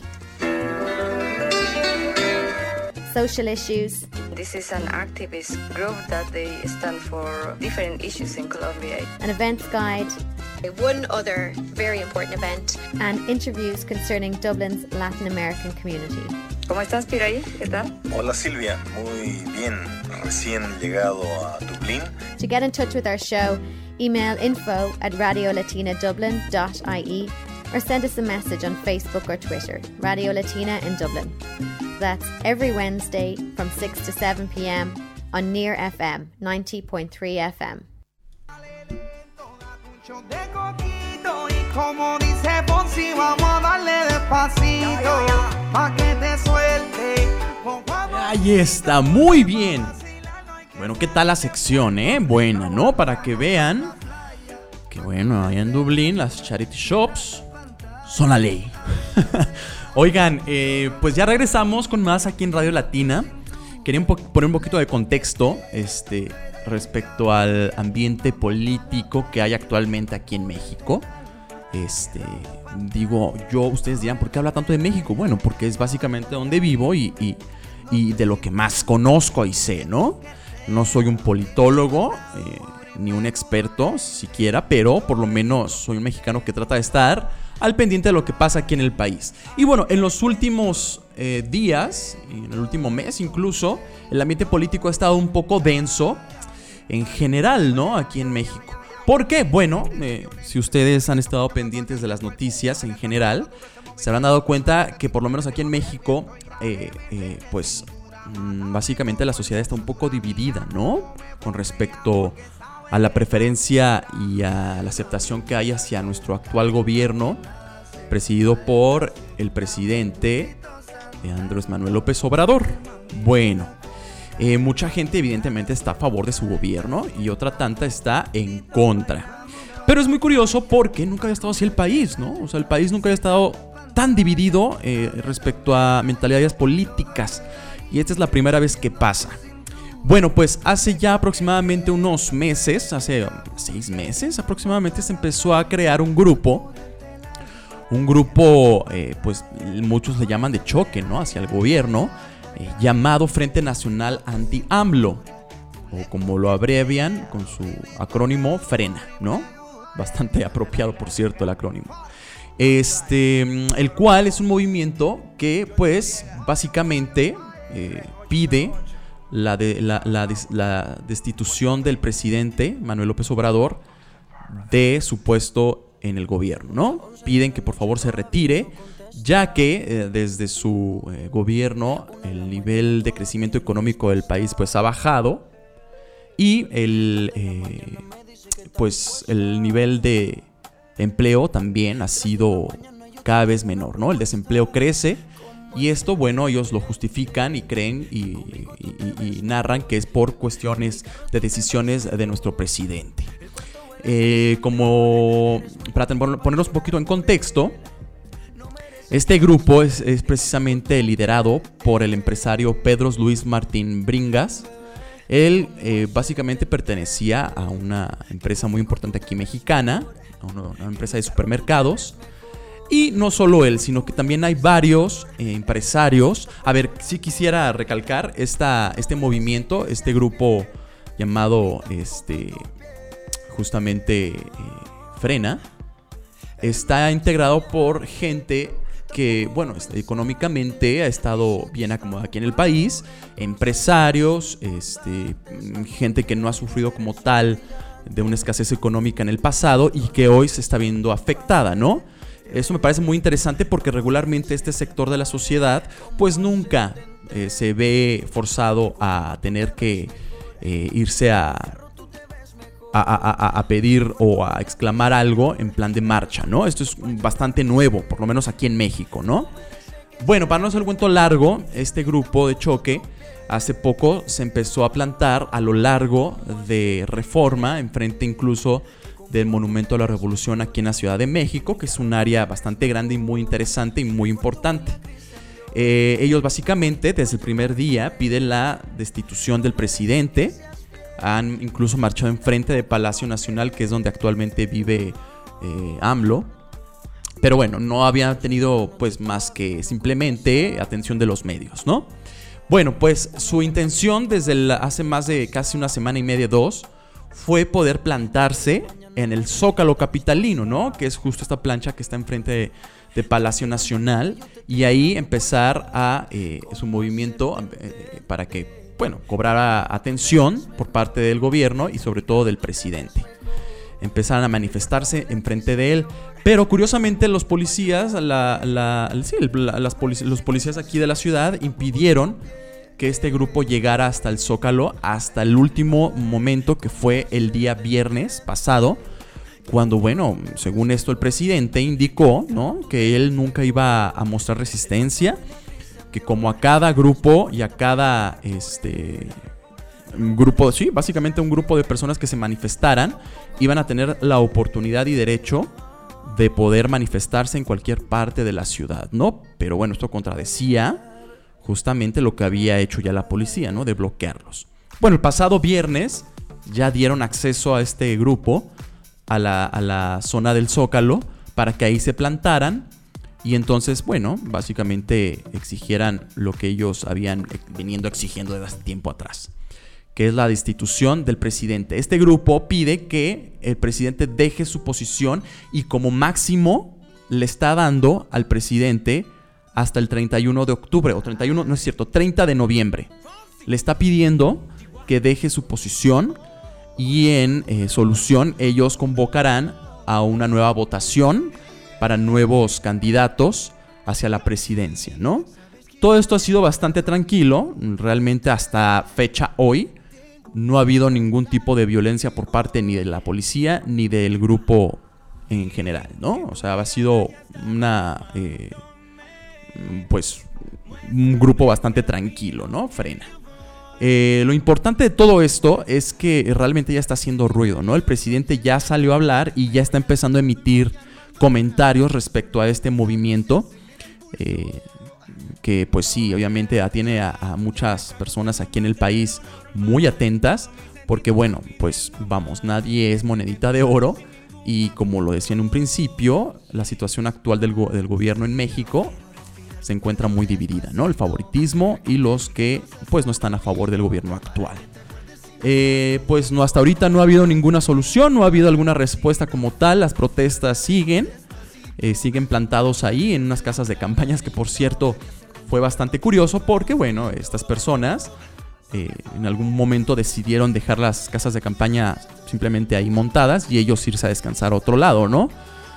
social issues. This is an activist group that they stand for different issues in Colombia. An events guide. One other very important event. And interviews concerning Dublin's Latin American community. ¿Cómo estás, Piraí? ¿Qué tal? Hola, Silvia. Muy bien. Recién llegado a Dublín. To get in touch with our show, email info at radio latina dublin dot I E or send us a message on Facebook or Twitter, Radio Latina in Dublin. That's every Wednesday from six to seven p.m. on Near F M, ninety point three F M. Como dice Fonsi, vamos a darle despacito pa' que te suelte. Ahí está, muy bien. Bueno, ¿qué tal la sección, eh? Buena, ¿no? Para que vean que, bueno, allá en Dublín las charity shops son la ley. Oigan, eh, pues ya regresamos con más aquí en Radio Latina. Quería un po- poner un poquito de contexto este, respecto al ambiente político que hay actualmente aquí en México. Este, digo, yo, ustedes dirán, ¿por qué habla tanto de México? Bueno, porque es básicamente donde vivo y, y, y de lo que más conozco y sé, ¿no? No soy un politólogo, eh, ni un experto siquiera, pero por lo menos soy un mexicano que trata de estar al pendiente de lo que pasa aquí en el país. Y bueno, en los últimos eh, días, en el último mes incluso, el ambiente político ha estado un poco denso en general, ¿no? Aquí en México. ¿Por qué? Bueno, eh, si ustedes han estado pendientes de las noticias en general, se habrán dado cuenta que por lo menos aquí en México, eh, eh, pues mmm, básicamente la sociedad está un poco dividida, ¿no? Con respecto a la preferencia y a la aceptación que hay hacia nuestro actual gobierno, presidido por el presidente Andrés Manuel López Obrador. Bueno, Eh, mucha gente evidentemente está a favor de su gobierno y otra tanta está en contra. Pero es muy curioso porque nunca había estado así el país, ¿no? O sea, el país nunca había estado tan dividido eh, respecto a mentalidades políticas. Y esta es la primera vez que pasa. Bueno, pues hace ya aproximadamente unos meses, hace seis meses aproximadamente, se empezó a crear un grupo. Un grupo, eh, pues muchos le llaman de choque, ¿no? Hacia el gobierno. Eh, llamado Frente Nacional Anti-AMLO, o como lo abrevian con su acrónimo FRENA, ¿no? Bastante apropiado, por cierto, el acrónimo. Este, el cual es un movimiento que, pues, básicamente eh, pide la, de, la, la, la destitución del presidente Manuel López Obrador de su puesto en el gobierno, ¿no? Piden que por favor se retire, ya que eh, desde su eh, gobierno el nivel de crecimiento económico del país pues ha bajado y el eh, pues el nivel de empleo también ha sido cada vez menor, ¿no? El desempleo crece y esto, bueno, ellos lo justifican y creen y, y, y, y narran que es por cuestiones de decisiones de nuestro presidente. Eh, como para ponerlos un poquito en contexto, este grupo es, es precisamente liderado por el empresario Pedro Luis Martín Bringas. Él eh, básicamente pertenecía a una empresa muy importante aquí mexicana, a una, una empresa de supermercados. Y no solo él, sino que también hay varios eh, empresarios. A ver, sí quisiera recalcar esta, este movimiento, este grupo llamado este, justamente eh, Frena, está integrado por gente que, bueno, económicamente ha estado bien acomodada aquí en el país, empresarios, este, gente que no ha sufrido como tal de una escasez económica en el pasado y que hoy se está viendo afectada, ¿no? Eso me parece muy interesante porque regularmente este sector de la sociedad pues nunca eh, se ve forzado a tener que eh, irse a... A, a, a pedir o a exclamar algo en plan de marcha, ¿no? Esto es bastante nuevo, por lo menos aquí en México, ¿no? Bueno, para no hacer el cuento largo, este grupo de choque hace poco se empezó a plantar a lo largo de Reforma, enfrente incluso del Monumento a la Revolución aquí en la Ciudad de México, que es un área bastante grande y muy interesante y muy importante. Eh, ellos básicamente desde el primer día piden la destitución del presidente. Han incluso marchado enfrente de Palacio Nacional, que es donde actualmente vive eh, AMLO. Pero bueno, no había tenido pues más que simplemente atención de los medios, ¿no? Bueno, pues su intención desde el, hace más de casi una semana y media, dos, fue poder plantarse en el Zócalo capitalino, ¿no? Que es justo esta plancha que está enfrente de, de Palacio Nacional. Y ahí empezar a eh, su movimiento eh, para que bueno, cobrara atención por parte del gobierno y sobre todo del presidente. Empezaron a manifestarse enfrente de él, pero curiosamente los policías, la, la, sí, la, las polic- los policías aquí de la ciudad impidieron que este grupo llegara hasta el Zócalo hasta el último momento, que fue el día viernes pasado, cuando, bueno, según esto el presidente indicó, ¿no?, que él nunca iba a mostrar resistencia, que como a cada grupo y a cada este grupo, sí, básicamente un grupo de personas que se manifestaran, iban a tener la oportunidad y derecho de poder manifestarse en cualquier parte de la ciudad, ¿no? Pero bueno, esto contradecía justamente lo que había hecho ya la policía, ¿no?, de bloquearlos. Bueno, el pasado viernes ya dieron acceso a este grupo a la, a la zona del Zócalo para que ahí se plantaran. Y entonces, bueno, básicamente exigieran lo que ellos habían veniendo exigiendo desde hace tiempo atrás, que es la destitución del presidente. Este grupo pide que el presidente deje su posición y como máximo le está dando al presidente hasta el treinta y uno de octubre, o treinta y uno, no es cierto, treinta de noviembre. Le está pidiendo que deje su posición y en eh, solución ellos convocarán a una nueva votación para nuevos candidatos hacia la presidencia, ¿no? Todo esto ha sido bastante tranquilo, realmente hasta fecha hoy no ha habido ningún tipo de violencia por parte ni de la policía ni del grupo en general, ¿no? O sea, ha sido una, eh, pues, un grupo bastante tranquilo, ¿no? Frena. Eh, lo importante de todo esto es que realmente ya está haciendo ruido, ¿no? El presidente ya salió a hablar y ya está empezando a emitir comentarios respecto a este movimiento eh, que pues sí, obviamente tiene a, a muchas personas aquí en el país muy atentas porque bueno, pues vamos, nadie es monedita de oro y como lo decía en un principio, la situación actual del, go- del gobierno en México se encuentra muy dividida, ¿no? El favoritismo y los que pues no están a favor del gobierno actual. Eh, pues no, hasta ahorita no ha habido ninguna solución, no ha habido alguna respuesta como tal. Las protestas siguen, eh, siguen plantados ahí en unas casas de campañas, que por cierto fue bastante curioso porque bueno, estas personas eh, en algún momento decidieron dejar las casas de campaña simplemente ahí montadas y ellos irse a descansar a otro lado, ¿no?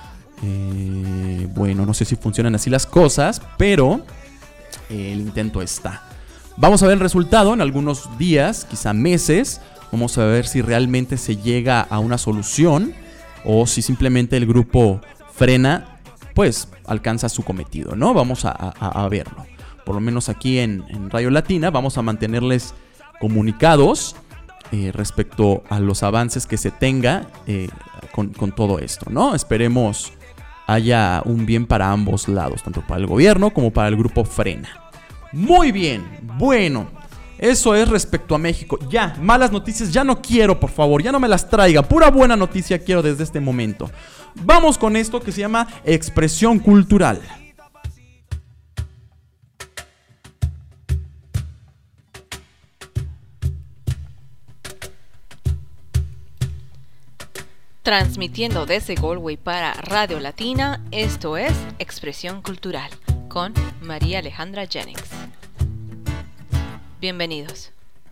Eh, bueno, no sé si funcionan así las cosas, pero eh, el intento está. Vamos a ver el resultado en algunos días, quizá meses. Vamos a ver si realmente se llega a una solución o si simplemente el grupo Frena pues alcanza su cometido, ¿no? Vamos a, a, a verlo. Por lo menos aquí en, en Radio Latina vamos a mantenerles comunicados eh, respecto a los avances que se tenga eh, con, con todo esto, ¿no? Esperemos haya un bien para ambos lados, tanto para el gobierno como para el grupo Frena. Muy bien, bueno, eso es respecto a México. Ya, malas noticias ya no quiero, por favor, ya no me las traiga. Pura buena noticia quiero desde este momento. Vamos con esto que se llama expresión cultural. Transmitiendo desde Galway para Radio Latina, esto es Expresión Cultural con María Alejandra Jennings. Bienvenidos.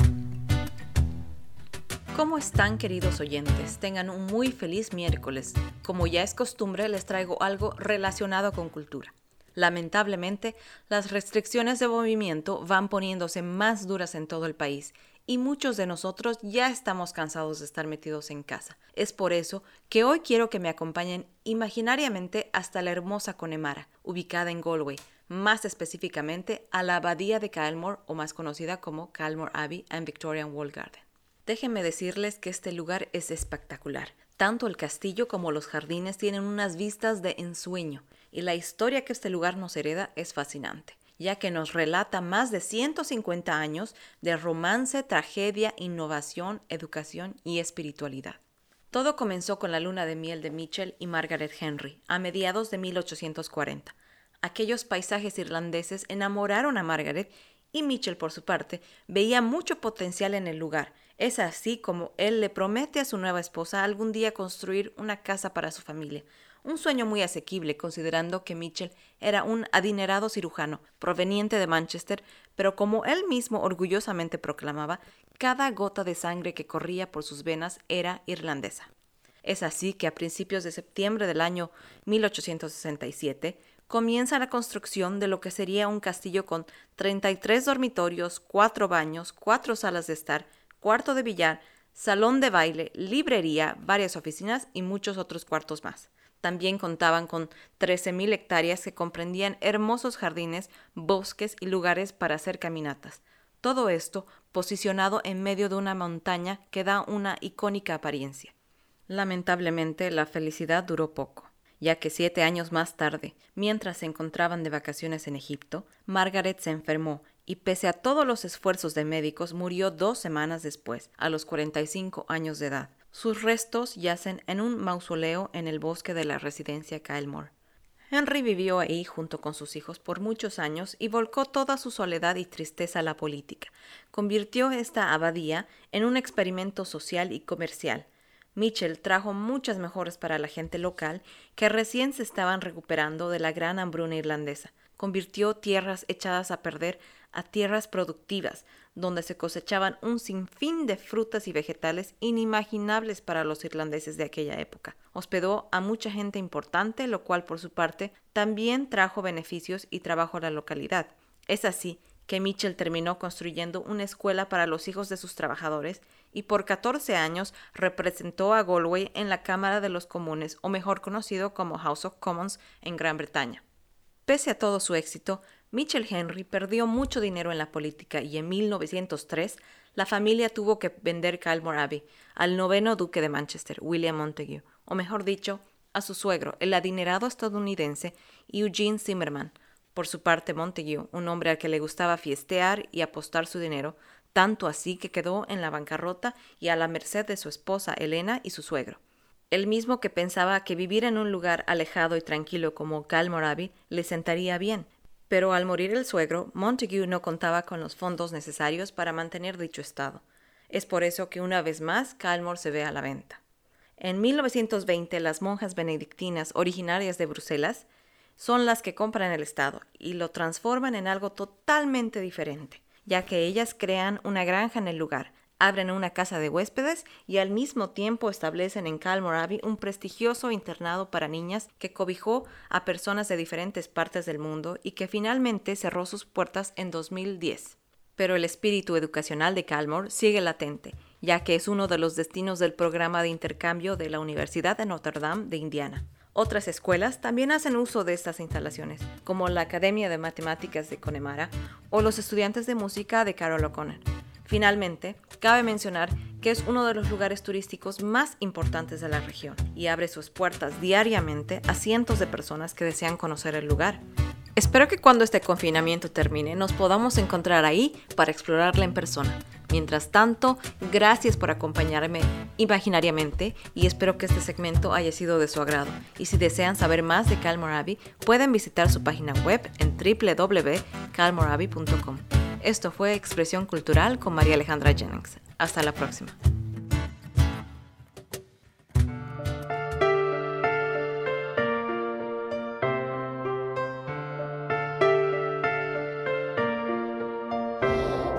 ¿Cómo están, queridos oyentes? Tengan un muy feliz miércoles. Como ya es costumbre, les traigo algo relacionado con cultura. Lamentablemente, las restricciones de movimiento van poniéndose más duras en todo el país y muchos de nosotros ya estamos cansados de estar metidos en casa. Es por eso que hoy quiero que me acompañen imaginariamente hasta la hermosa Connemara, ubicada en Galway, más específicamente a la abadía de Kylemore, o más conocida como Kylemore Abbey and Victorian Walled Garden. Déjenme decirles que este lugar es espectacular. Tanto el castillo como los jardines tienen unas vistas de ensueño, y la historia que este lugar nos hereda es fascinante, ya que nos relata más de ciento cincuenta años de romance, tragedia, innovación, educación y espiritualidad. Todo comenzó con la luna de miel de Mitchell y Margaret Henry a mediados de mil ochocientos cuarenta. Aquellos paisajes irlandeses enamoraron a Margaret y Mitchell, por su parte, veía mucho potencial en el lugar. Es así como él le promete a su nueva esposa algún día construir una casa para su familia. Un sueño muy asequible, considerando que Mitchell era un adinerado cirujano proveniente de Manchester, pero como él mismo orgullosamente proclamaba, cada gota de sangre que corría por sus venas era irlandesa. Es así que a principios de septiembre del año mil ochocientos sesenta y siete comienza la construcción de lo que sería un castillo con treinta y tres dormitorios, cuatro baños, cuatro salas de estar, cuarto de billar, salón de baile, librería, varias oficinas y muchos otros cuartos más. También contaban con trece mil hectáreas que comprendían hermosos jardines, bosques y lugares para hacer caminatas. Todo esto posicionado en medio de una montaña que da una icónica apariencia. Lamentablemente, la felicidad duró poco, ya que siete años más tarde, mientras se encontraban de vacaciones en Egipto, Margaret se enfermó y pese a todos los esfuerzos de médicos murió dos semanas después, a los cuarenta y cinco años de edad. Sus restos yacen en un mausoleo en el bosque de la residencia Kylemore. Henry vivió ahí junto con sus hijos por muchos años y volcó toda su soledad y tristeza a la política. Convirtió esta abadía en un experimento social y comercial. Mitchell trajo muchas mejoras para la gente local que recién se estaban recuperando de la gran hambruna irlandesa. Convirtió tierras echadas a perder a tierras productivas, donde se cosechaban un sinfín de frutas y vegetales inimaginables para los irlandeses de aquella época. Hospedó a mucha gente importante, lo cual por su parte también trajo beneficios y trabajo a la localidad. Es así que Mitchell terminó construyendo una escuela para los hijos de sus trabajadores y por catorce años representó a Galway en la Cámara de los Comunes, o mejor conocido como House of Commons en Gran Bretaña. Pese a todo su éxito, Mitchell Henry perdió mucho dinero en la política y en mil novecientos tres la familia tuvo que vender Kylemore Abbey al noveno duque de Manchester, William Montagu, o mejor dicho, a su suegro, el adinerado estadounidense Eugene Zimmerman. Por su parte, Montagu, un hombre al que le gustaba fiestear y apostar su dinero, tanto así que quedó en la bancarrota y a la merced de su esposa Elena y su suegro. El mismo que pensaba que vivir en un lugar alejado y tranquilo como Kylemore Abbey le sentaría bien, pero al morir el suegro, Montagu no contaba con los fondos necesarios para mantener dicho estado. Es por eso que una vez más Kylemore se ve a la venta. En mil novecientos veinte, las monjas benedictinas originarias de Bruselas son las que compran el estado y lo transforman en algo totalmente diferente, ya que ellas crean una granja en el lugar, abren una casa de huéspedes y al mismo tiempo establecen en Kylemore Abbey un prestigioso internado para niñas que cobijó a personas de diferentes partes del mundo y que finalmente cerró sus puertas en dos mil diez. Pero el espíritu educacional de Kylemore sigue latente, ya que es uno de los destinos del programa de intercambio de la Universidad de Notre Dame de Indiana. Otras escuelas también hacen uso de estas instalaciones, como la Academia de Matemáticas de Connemara o los estudiantes de música de Carol O'Connor. Finalmente, cabe mencionar que es uno de los lugares turísticos más importantes de la región y abre sus puertas diariamente a cientos de personas que desean conocer el lugar. Espero que cuando este confinamiento termine nos podamos encontrar ahí para explorarla en persona. Mientras tanto, gracias por acompañarme imaginariamente y espero que este segmento haya sido de su agrado. Y si desean saber más de Kylemore Abbey, pueden visitar su página web en w w w punto kylemore abbey punto com. Esto fue Expresión Cultural con María Alejandra Jennings. Hasta la próxima.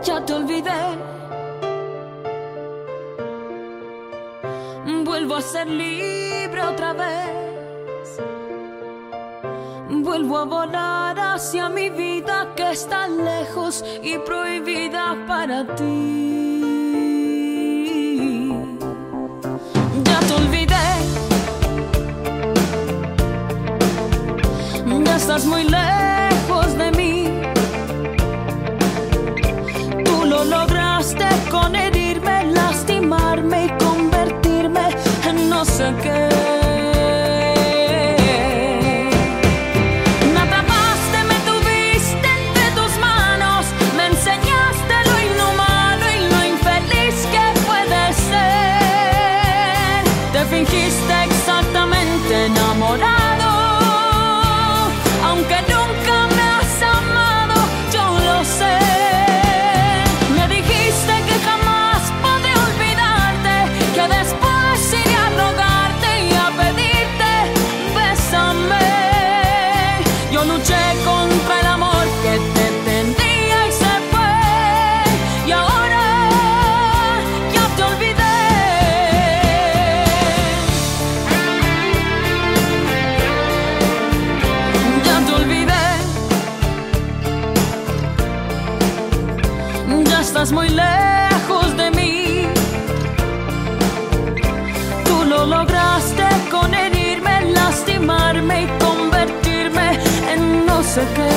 ya te olvidé. Vuelvo a ser libre otra vez. Vuelvo a volar hacia mi vida que está lejos y prohibida para ti. Ya te olvidé. Ya estás muy lejos de mí. Tú lo lograste con herirme, lastimarme y convertirme en no sé qué. Me atrapaste, me tuviste entre tus manos, me enseñaste lo inhumano y lo infeliz que puede ser. Te fingiste exactamente enamorado, aunque nunca me has amado, yo lo sé. Me dijiste que jamás podré olvidarte, que después iré a rogarte y a pedirte, bésame. Yo luché contra el amor que te tendría y se fue, y ahora ya te olvidé. Ya te olvidé. Ya estás muy lejos de mí. Tú lo lograste con herirme, lastimarme y convertirme en no sé qué.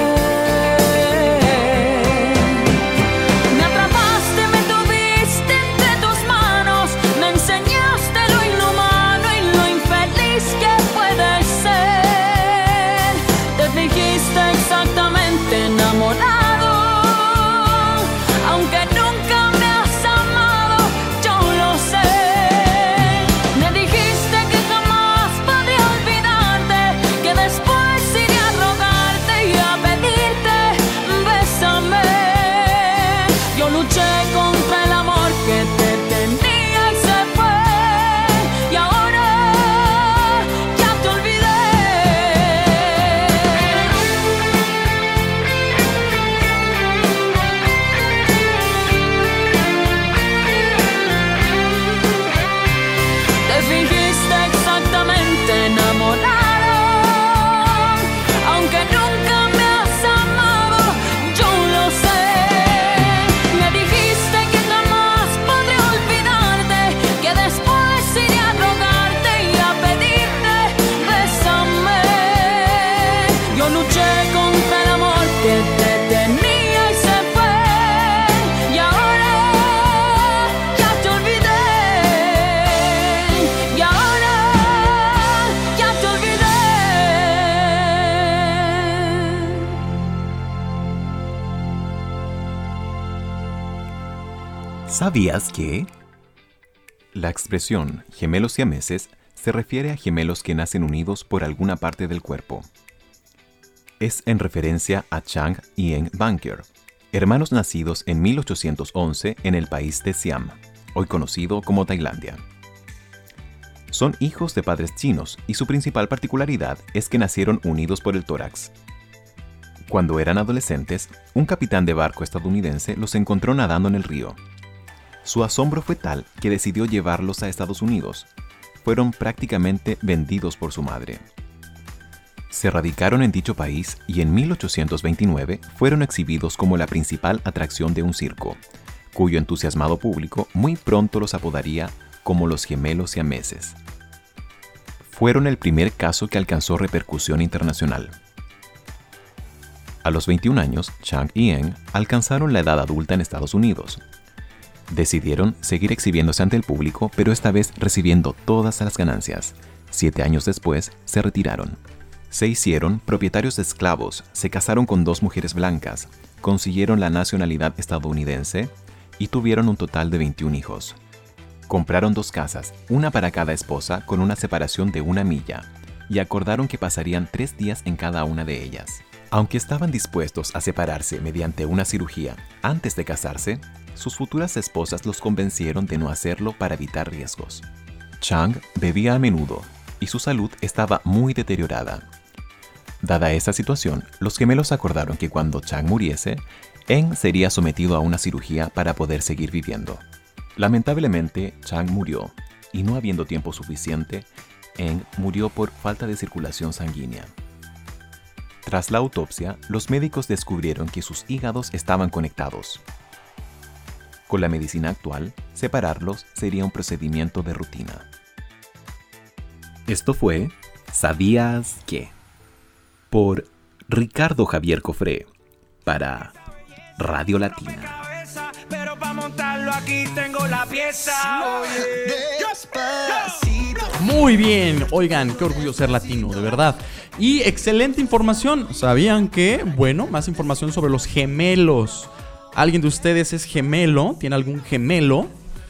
Me atrapaste, me tuviste entre tus manos, me enseñaste lo inhumano y lo infeliz que puede ser. Te fingiste exactamente enamorado, aunque nunca me has amado, yo lo sé. Me dijiste que jamás podría olvidarte, que después iré a rogarte y a pedirte, bésame. Yo luché contra el amor que te tenía y se fue, y ahora ya te olvidé. Te fingiste exactamente enamorado, aunque nunca me has amado, yo lo sé. Me dijiste que jamás podré olvidarte, que después iré a rogarte y a pedirte, bésame. Yo luché contra el amor que te tenía y se fue, y ahora ya te olvidé. Y ahora ya te olvidé. ¿Sabías que? La expresión gemelos siameses se refiere a gemelos que nacen unidos por alguna parte del cuerpo. Es en referencia a Chang y Eng Banker, hermanos nacidos en mil ochocientos once en el país de Siam, hoy conocido como Tailandia. Son hijos de padres chinos y su principal particularidad es que nacieron unidos por el tórax. Cuando eran adolescentes, un capitán de barco estadounidense los encontró nadando en el río. Su asombro fue tal que decidió llevarlos a Estados Unidos. Fueron prácticamente vendidos por su madre. Se radicaron en dicho país y en mil ochocientos veintinueve fueron exhibidos como la principal atracción de un circo, cuyo entusiasmado público muy pronto los apodaría como los gemelos siameses. Fueron el primer caso que alcanzó repercusión internacional. A los veintiún años, Chang y Eng alcanzaron la edad adulta en Estados Unidos. Decidieron seguir exhibiéndose ante el público, pero esta vez recibiendo todas las ganancias. Siete años después, se retiraron. Se hicieron propietarios de esclavos, se casaron con dos mujeres blancas, consiguieron la nacionalidad estadounidense y tuvieron un total de veintiún hijos. Compraron dos casas, una para cada esposa con una separación de una milla, y acordaron que pasarían tres días en cada una de ellas. Aunque estaban dispuestos a separarse mediante una cirugía antes de casarse, sus futuras esposas los convencieron de no hacerlo para evitar riesgos. Chang bebía a menudo y su salud estaba muy deteriorada. Dada esa situación, los gemelos acordaron que cuando Chang muriese, Eng sería sometido a una cirugía para poder seguir viviendo. Lamentablemente, Chang murió, y no habiendo tiempo suficiente, Eng murió por falta de circulación sanguínea. Tras la autopsia, los médicos descubrieron que sus hígados estaban conectados. Con la medicina actual, separarlos sería un procedimiento de rutina. Esto fue ¿Sabías qué? Por Ricardo Javier Cofré, para Radio Latina. Pero para montarlo aquí tengo la pieza. Muy bien, oigan, qué orgullo ser latino, de verdad. Y excelente información. ¿Sabían que? Bueno, más información sobre los gemelos. ¿Alguien de ustedes es gemelo? ¿Tiene algún gemelo?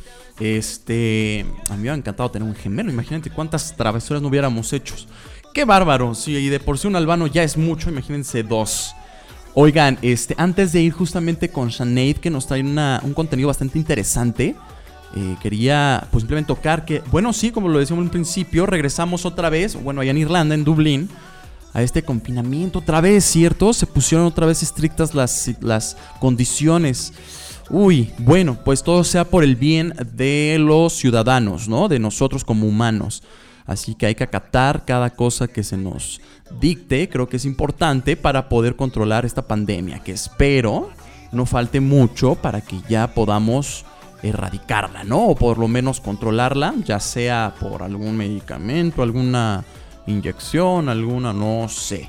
Este, a mí me ha encantado tener un gemelo. Imagínate cuántas travesuras no hubiéramos hecho. ¡Qué bárbaro! Sí, y de por sí un albano ya es mucho, imagínense dos. Oigan, este, antes de ir justamente con Sinead, que nos trae una, un contenido bastante interesante, eh, quería pues simplemente tocar que, bueno, sí, como lo decíamos al principio, regresamos otra vez, bueno, allá en Irlanda, en Dublín, a este confinamiento otra vez, ¿cierto? Se pusieron otra vez estrictas las, las condiciones. Uy, bueno, pues todo sea por el bien de los ciudadanos, ¿no? De nosotros como humanos. Así que hay que acatar cada cosa que se nos dicte. Creo que es importante para poder controlar esta pandemia, que espero no falte mucho para que ya podamos erradicarla, ¿no? O por lo menos controlarla, ya sea por algún medicamento, alguna inyección, alguna, no sé.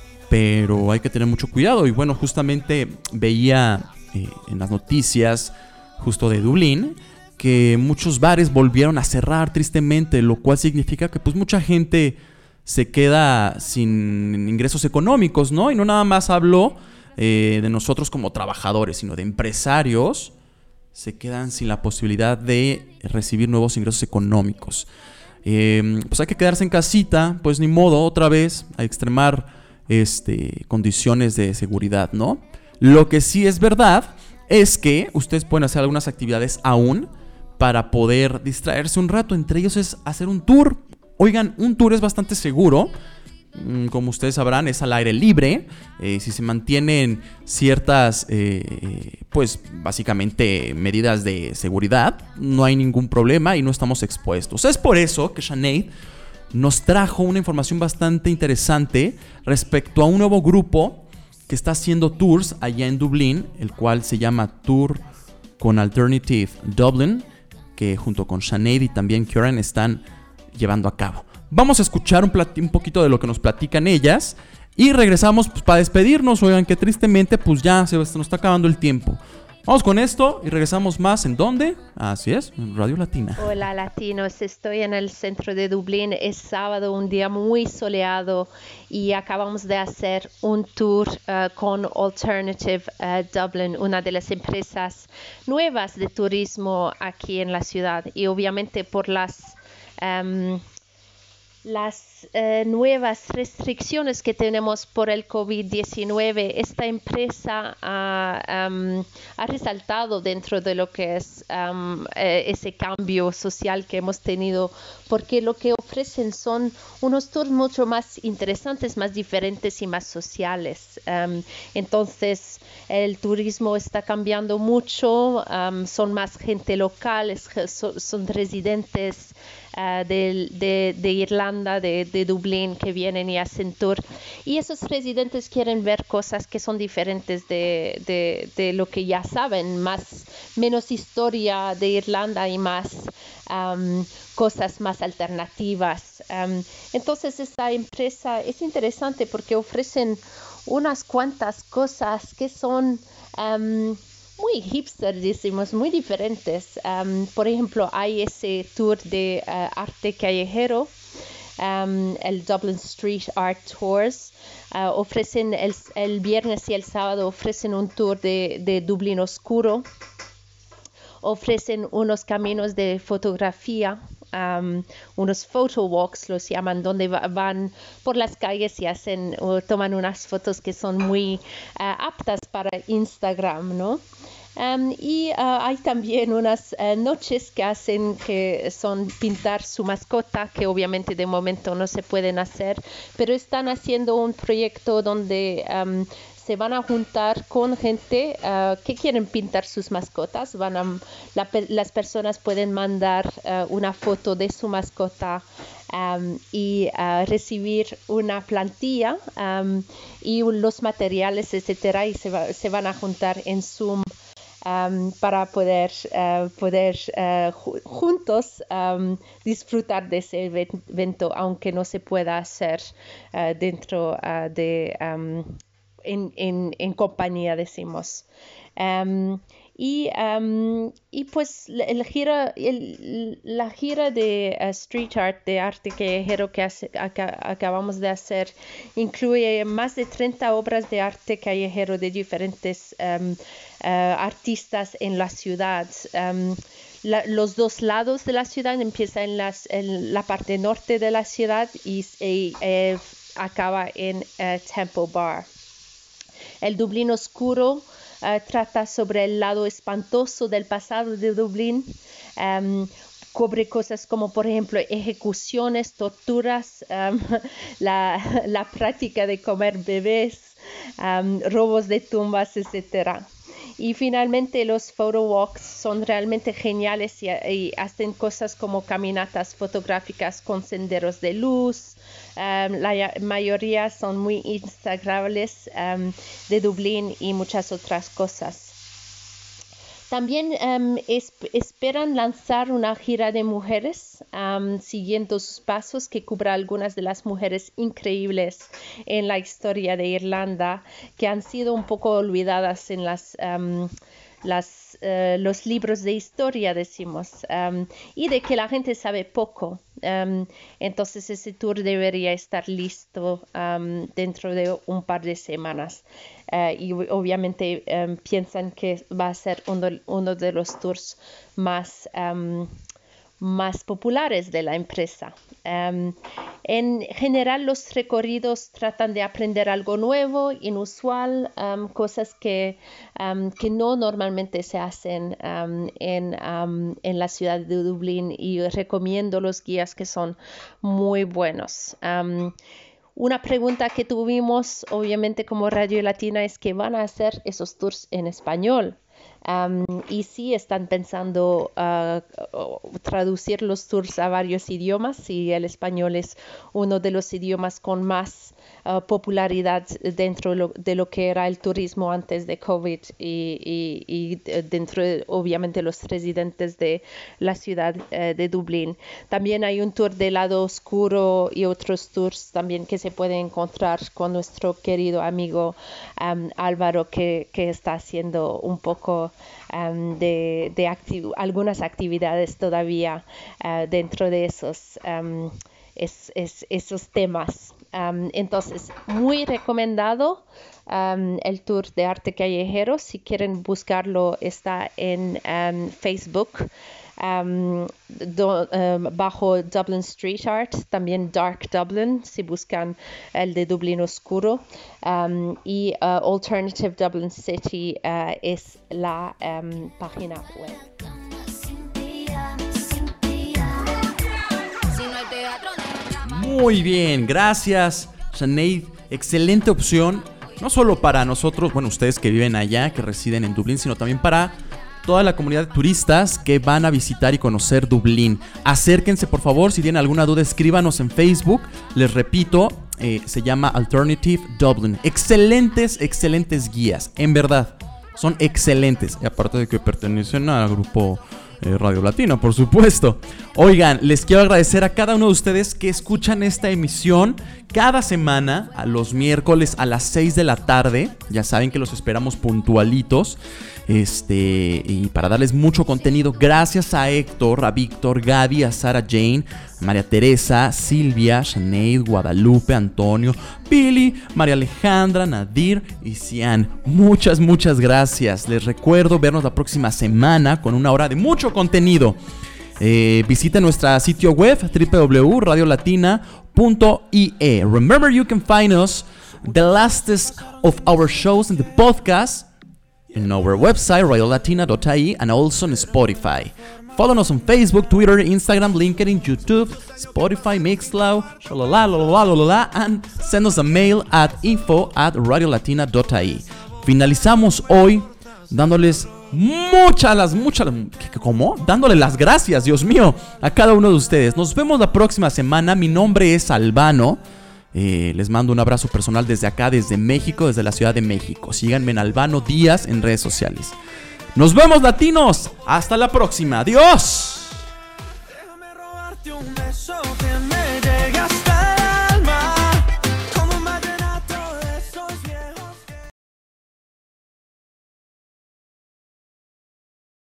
Pero hay que tener mucho cuidado. Y bueno, justamente veía eh, en las noticias justo de Dublín que muchos bares volvieron a cerrar tristemente, lo cual significa que pues mucha gente se queda sin ingresos económicos, ¿no? Y no nada más hablo eh, de nosotros como trabajadores, sino de empresarios, se quedan sin la posibilidad de recibir nuevos ingresos económicos. Eh, pues hay que quedarse en casita, pues ni modo, otra vez, a extremar este, condiciones de seguridad, ¿no? Lo que sí es verdad es que ustedes pueden hacer algunas actividades aún para poder distraerse un rato. Entre ellos es hacer un tour. Oigan, un tour es bastante seguro. Como ustedes sabrán, es al aire libre. Eh, si se mantienen ciertas, eh, pues básicamente medidas de seguridad, no hay ningún problema y no estamos expuestos. Es por eso que Sinead nos trajo una información bastante interesante respecto a un nuevo grupo que está haciendo tours allá en Dublín, el cual se llama Tour con Alternative Dublin, que junto con Sinead y también Kieran están llevando a cabo. Vamos a escuchar un, plati- un poquito de lo que nos platican ellas y regresamos pues, para despedirnos. Oigan, que tristemente pues ya se nos está acabando el tiempo. Vamos con esto y regresamos más. ¿En dónde? Así es, en Radio Latina. Hola latinos, estoy en el centro de Dublín. Es sábado, un día muy soleado y acabamos de hacer un tour uh, con Alternative uh, Dublin, una de las empresas nuevas de turismo aquí en la ciudad. Y obviamente por las... Um, las eh, nuevas restricciones que tenemos por el COVID diecinueve, esta empresa ha, um, ha resaltado dentro de lo que es um, eh, ese cambio social que hemos tenido, porque lo que ofrecen son unos tours mucho más interesantes, más diferentes y más sociales. Um, entonces, el turismo está cambiando mucho, um, son más gente local, es, son, son residentes Uh, de, de, de Irlanda, de, de Dublín, que vienen y hacen tour. Y esos residentes quieren ver cosas que son diferentes de, de, de lo que ya saben, más, menos historia de Irlanda y más um, cosas más alternativas. Um, entonces esta empresa es interesante porque ofrecen unas cuantas cosas que son... Um, muy hipster, decimos, muy diferentes. Um, por ejemplo, hay ese tour de uh, arte callejero, um, el Dublin Street Art Tours. Uh, ofrecen el, el viernes y el sábado ofrecen un tour de, de Dublín oscuro. Ofrecen unos caminos de fotografía, um, unos photo walks los llaman, donde va, van por las calles y hacen o toman unas fotos que son muy uh, aptas para Instagram, ¿no? Um, y uh, hay también unas uh, noches que hacen que son pintar su mascota, que obviamente de momento no se pueden hacer, pero están haciendo un proyecto donde um, se van a juntar con gente uh, que quieren pintar sus mascotas. Van a, la, las personas pueden mandar uh, una foto de su mascota um, y uh, recibir una plantilla um, y los materiales, etcétera, y se, va, se van a juntar en Zoom Um, para poder, uh, poder uh, ju- juntos um, disfrutar de ese evento, aunque no se pueda hacer uh, dentro uh, de um, en, en, en compañía, decimos. Um, y, um, y pues el gira, el, la gira de uh, street art, de arte callejero que hace, acá, acabamos de hacer, incluye más de treinta obras de arte callejero de diferentes um, uh, artistas en la ciudad. Um, la, los dos lados de la ciudad empieza en, las, en la parte norte de la ciudad y, y eh, acaba en uh, Temple Bar. El Dublín Oscuro Uh, trata sobre el lado espantoso del pasado de Dublín, um, cubre cosas como, por ejemplo, ejecuciones, torturas, um, la, la práctica de comer bebés, um, robos de tumbas, etcétera. Y finalmente los photo walks son realmente geniales y, y hacen cosas como caminatas fotográficas con senderos de luz. Um, la mayoría son muy instagrables um, de Dublín y muchas otras cosas. También um, es, esperan lanzar una gira de mujeres um, siguiendo sus pasos que cubra algunas de las mujeres increíbles en la historia de Irlanda que han sido un poco olvidadas en las, um, las, uh, los libros de historia, decimos, um, y de que la gente sabe poco. Um, entonces ese tour debería estar listo um, dentro de un par de semanas. Uh, y obviamente um, piensan que va a ser uno, uno de los tours más, um, más populares de la empresa. Um, en general los recorridos tratan de aprender algo nuevo, inusual, um, cosas que, um, que no normalmente se hacen um, en, um, en la ciudad de Dublín, y recomiendo los guías que son muy buenos. Um, Una pregunta que tuvimos, obviamente, como Radio Latina, es que van a hacer esos tours en español. Um, y sí están pensando uh, traducir los tours a varios idiomas, y el español es uno de los idiomas con más uh, popularidad dentro lo, de lo que era el turismo antes de COVID, y, y, y dentro de, obviamente, los residentes de la ciudad uh, de Dublín. También hay un tour del lado oscuro y otros tours también que se pueden encontrar con nuestro querido amigo um, Álvaro, que, que está haciendo un poco Um, de, de activ- algunas actividades todavía uh, dentro de esos, um, es, es, esos temas. Um, entonces, muy recomendado um, el tour de arte callejero. Si quieren buscarlo, está en um, Facebook. Um, do, um, bajo Dublin Street Art, también Dark Dublin, si buscan el de Dublín Oscuro, um, y uh, Alternative Dublin City uh, es la um, página web. Muy bien, gracias, Sinead. Excelente opción, no solo para nosotros, bueno, ustedes que viven allá, que residen en Dublín, sino también para toda la comunidad de turistas que van a visitar y conocer Dublín. Acérquense, por favor. Si tienen alguna duda, escríbanos en Facebook. Les repito, eh, se llama Alternative Dublin. Excelentes, excelentes guías, en verdad. Son excelentes. Y aparte de que pertenecen al grupo eh, Radio Latina, por supuesto. Oigan, les quiero agradecer a cada uno de ustedes que escuchan esta emisión cada semana, a los miércoles a las seis de la tarde. Ya saben que los esperamos puntualitos. Este, y para darles mucho contenido, gracias a Héctor, a Víctor, Gaby, a Sara Jane, a María Teresa, Silvia, Sinead, Guadalupe, Antonio, Pili, María Alejandra, Nadir y Cian. Muchas, muchas gracias. Les recuerdo vernos la próxima semana con una hora de mucho contenido. Eh, visita nuestra sitio web w w w punto radio latina punto i e. Remember, you can find us, the lastest of our shows in the podcast, in our website radio latina dot i e, and also on Spotify. Follow us on Facebook, Twitter, Instagram, LinkedIn, YouTube, Spotify, Mixcloud, shalala, lalala, lalala, and send us a mail at info at radiolatina dot i e. Finalizamos hoy dándoles muchas, las muchas, ¿cómo? Dándole las gracias, Dios mío, a cada uno de ustedes. Nos vemos la próxima semana. Mi nombre es Albano. Eh, les mando un abrazo personal desde acá, desde México, desde la Ciudad de México. Síganme en Albano Díaz en redes sociales. Nos vemos, latinos. Hasta la próxima. Adiós.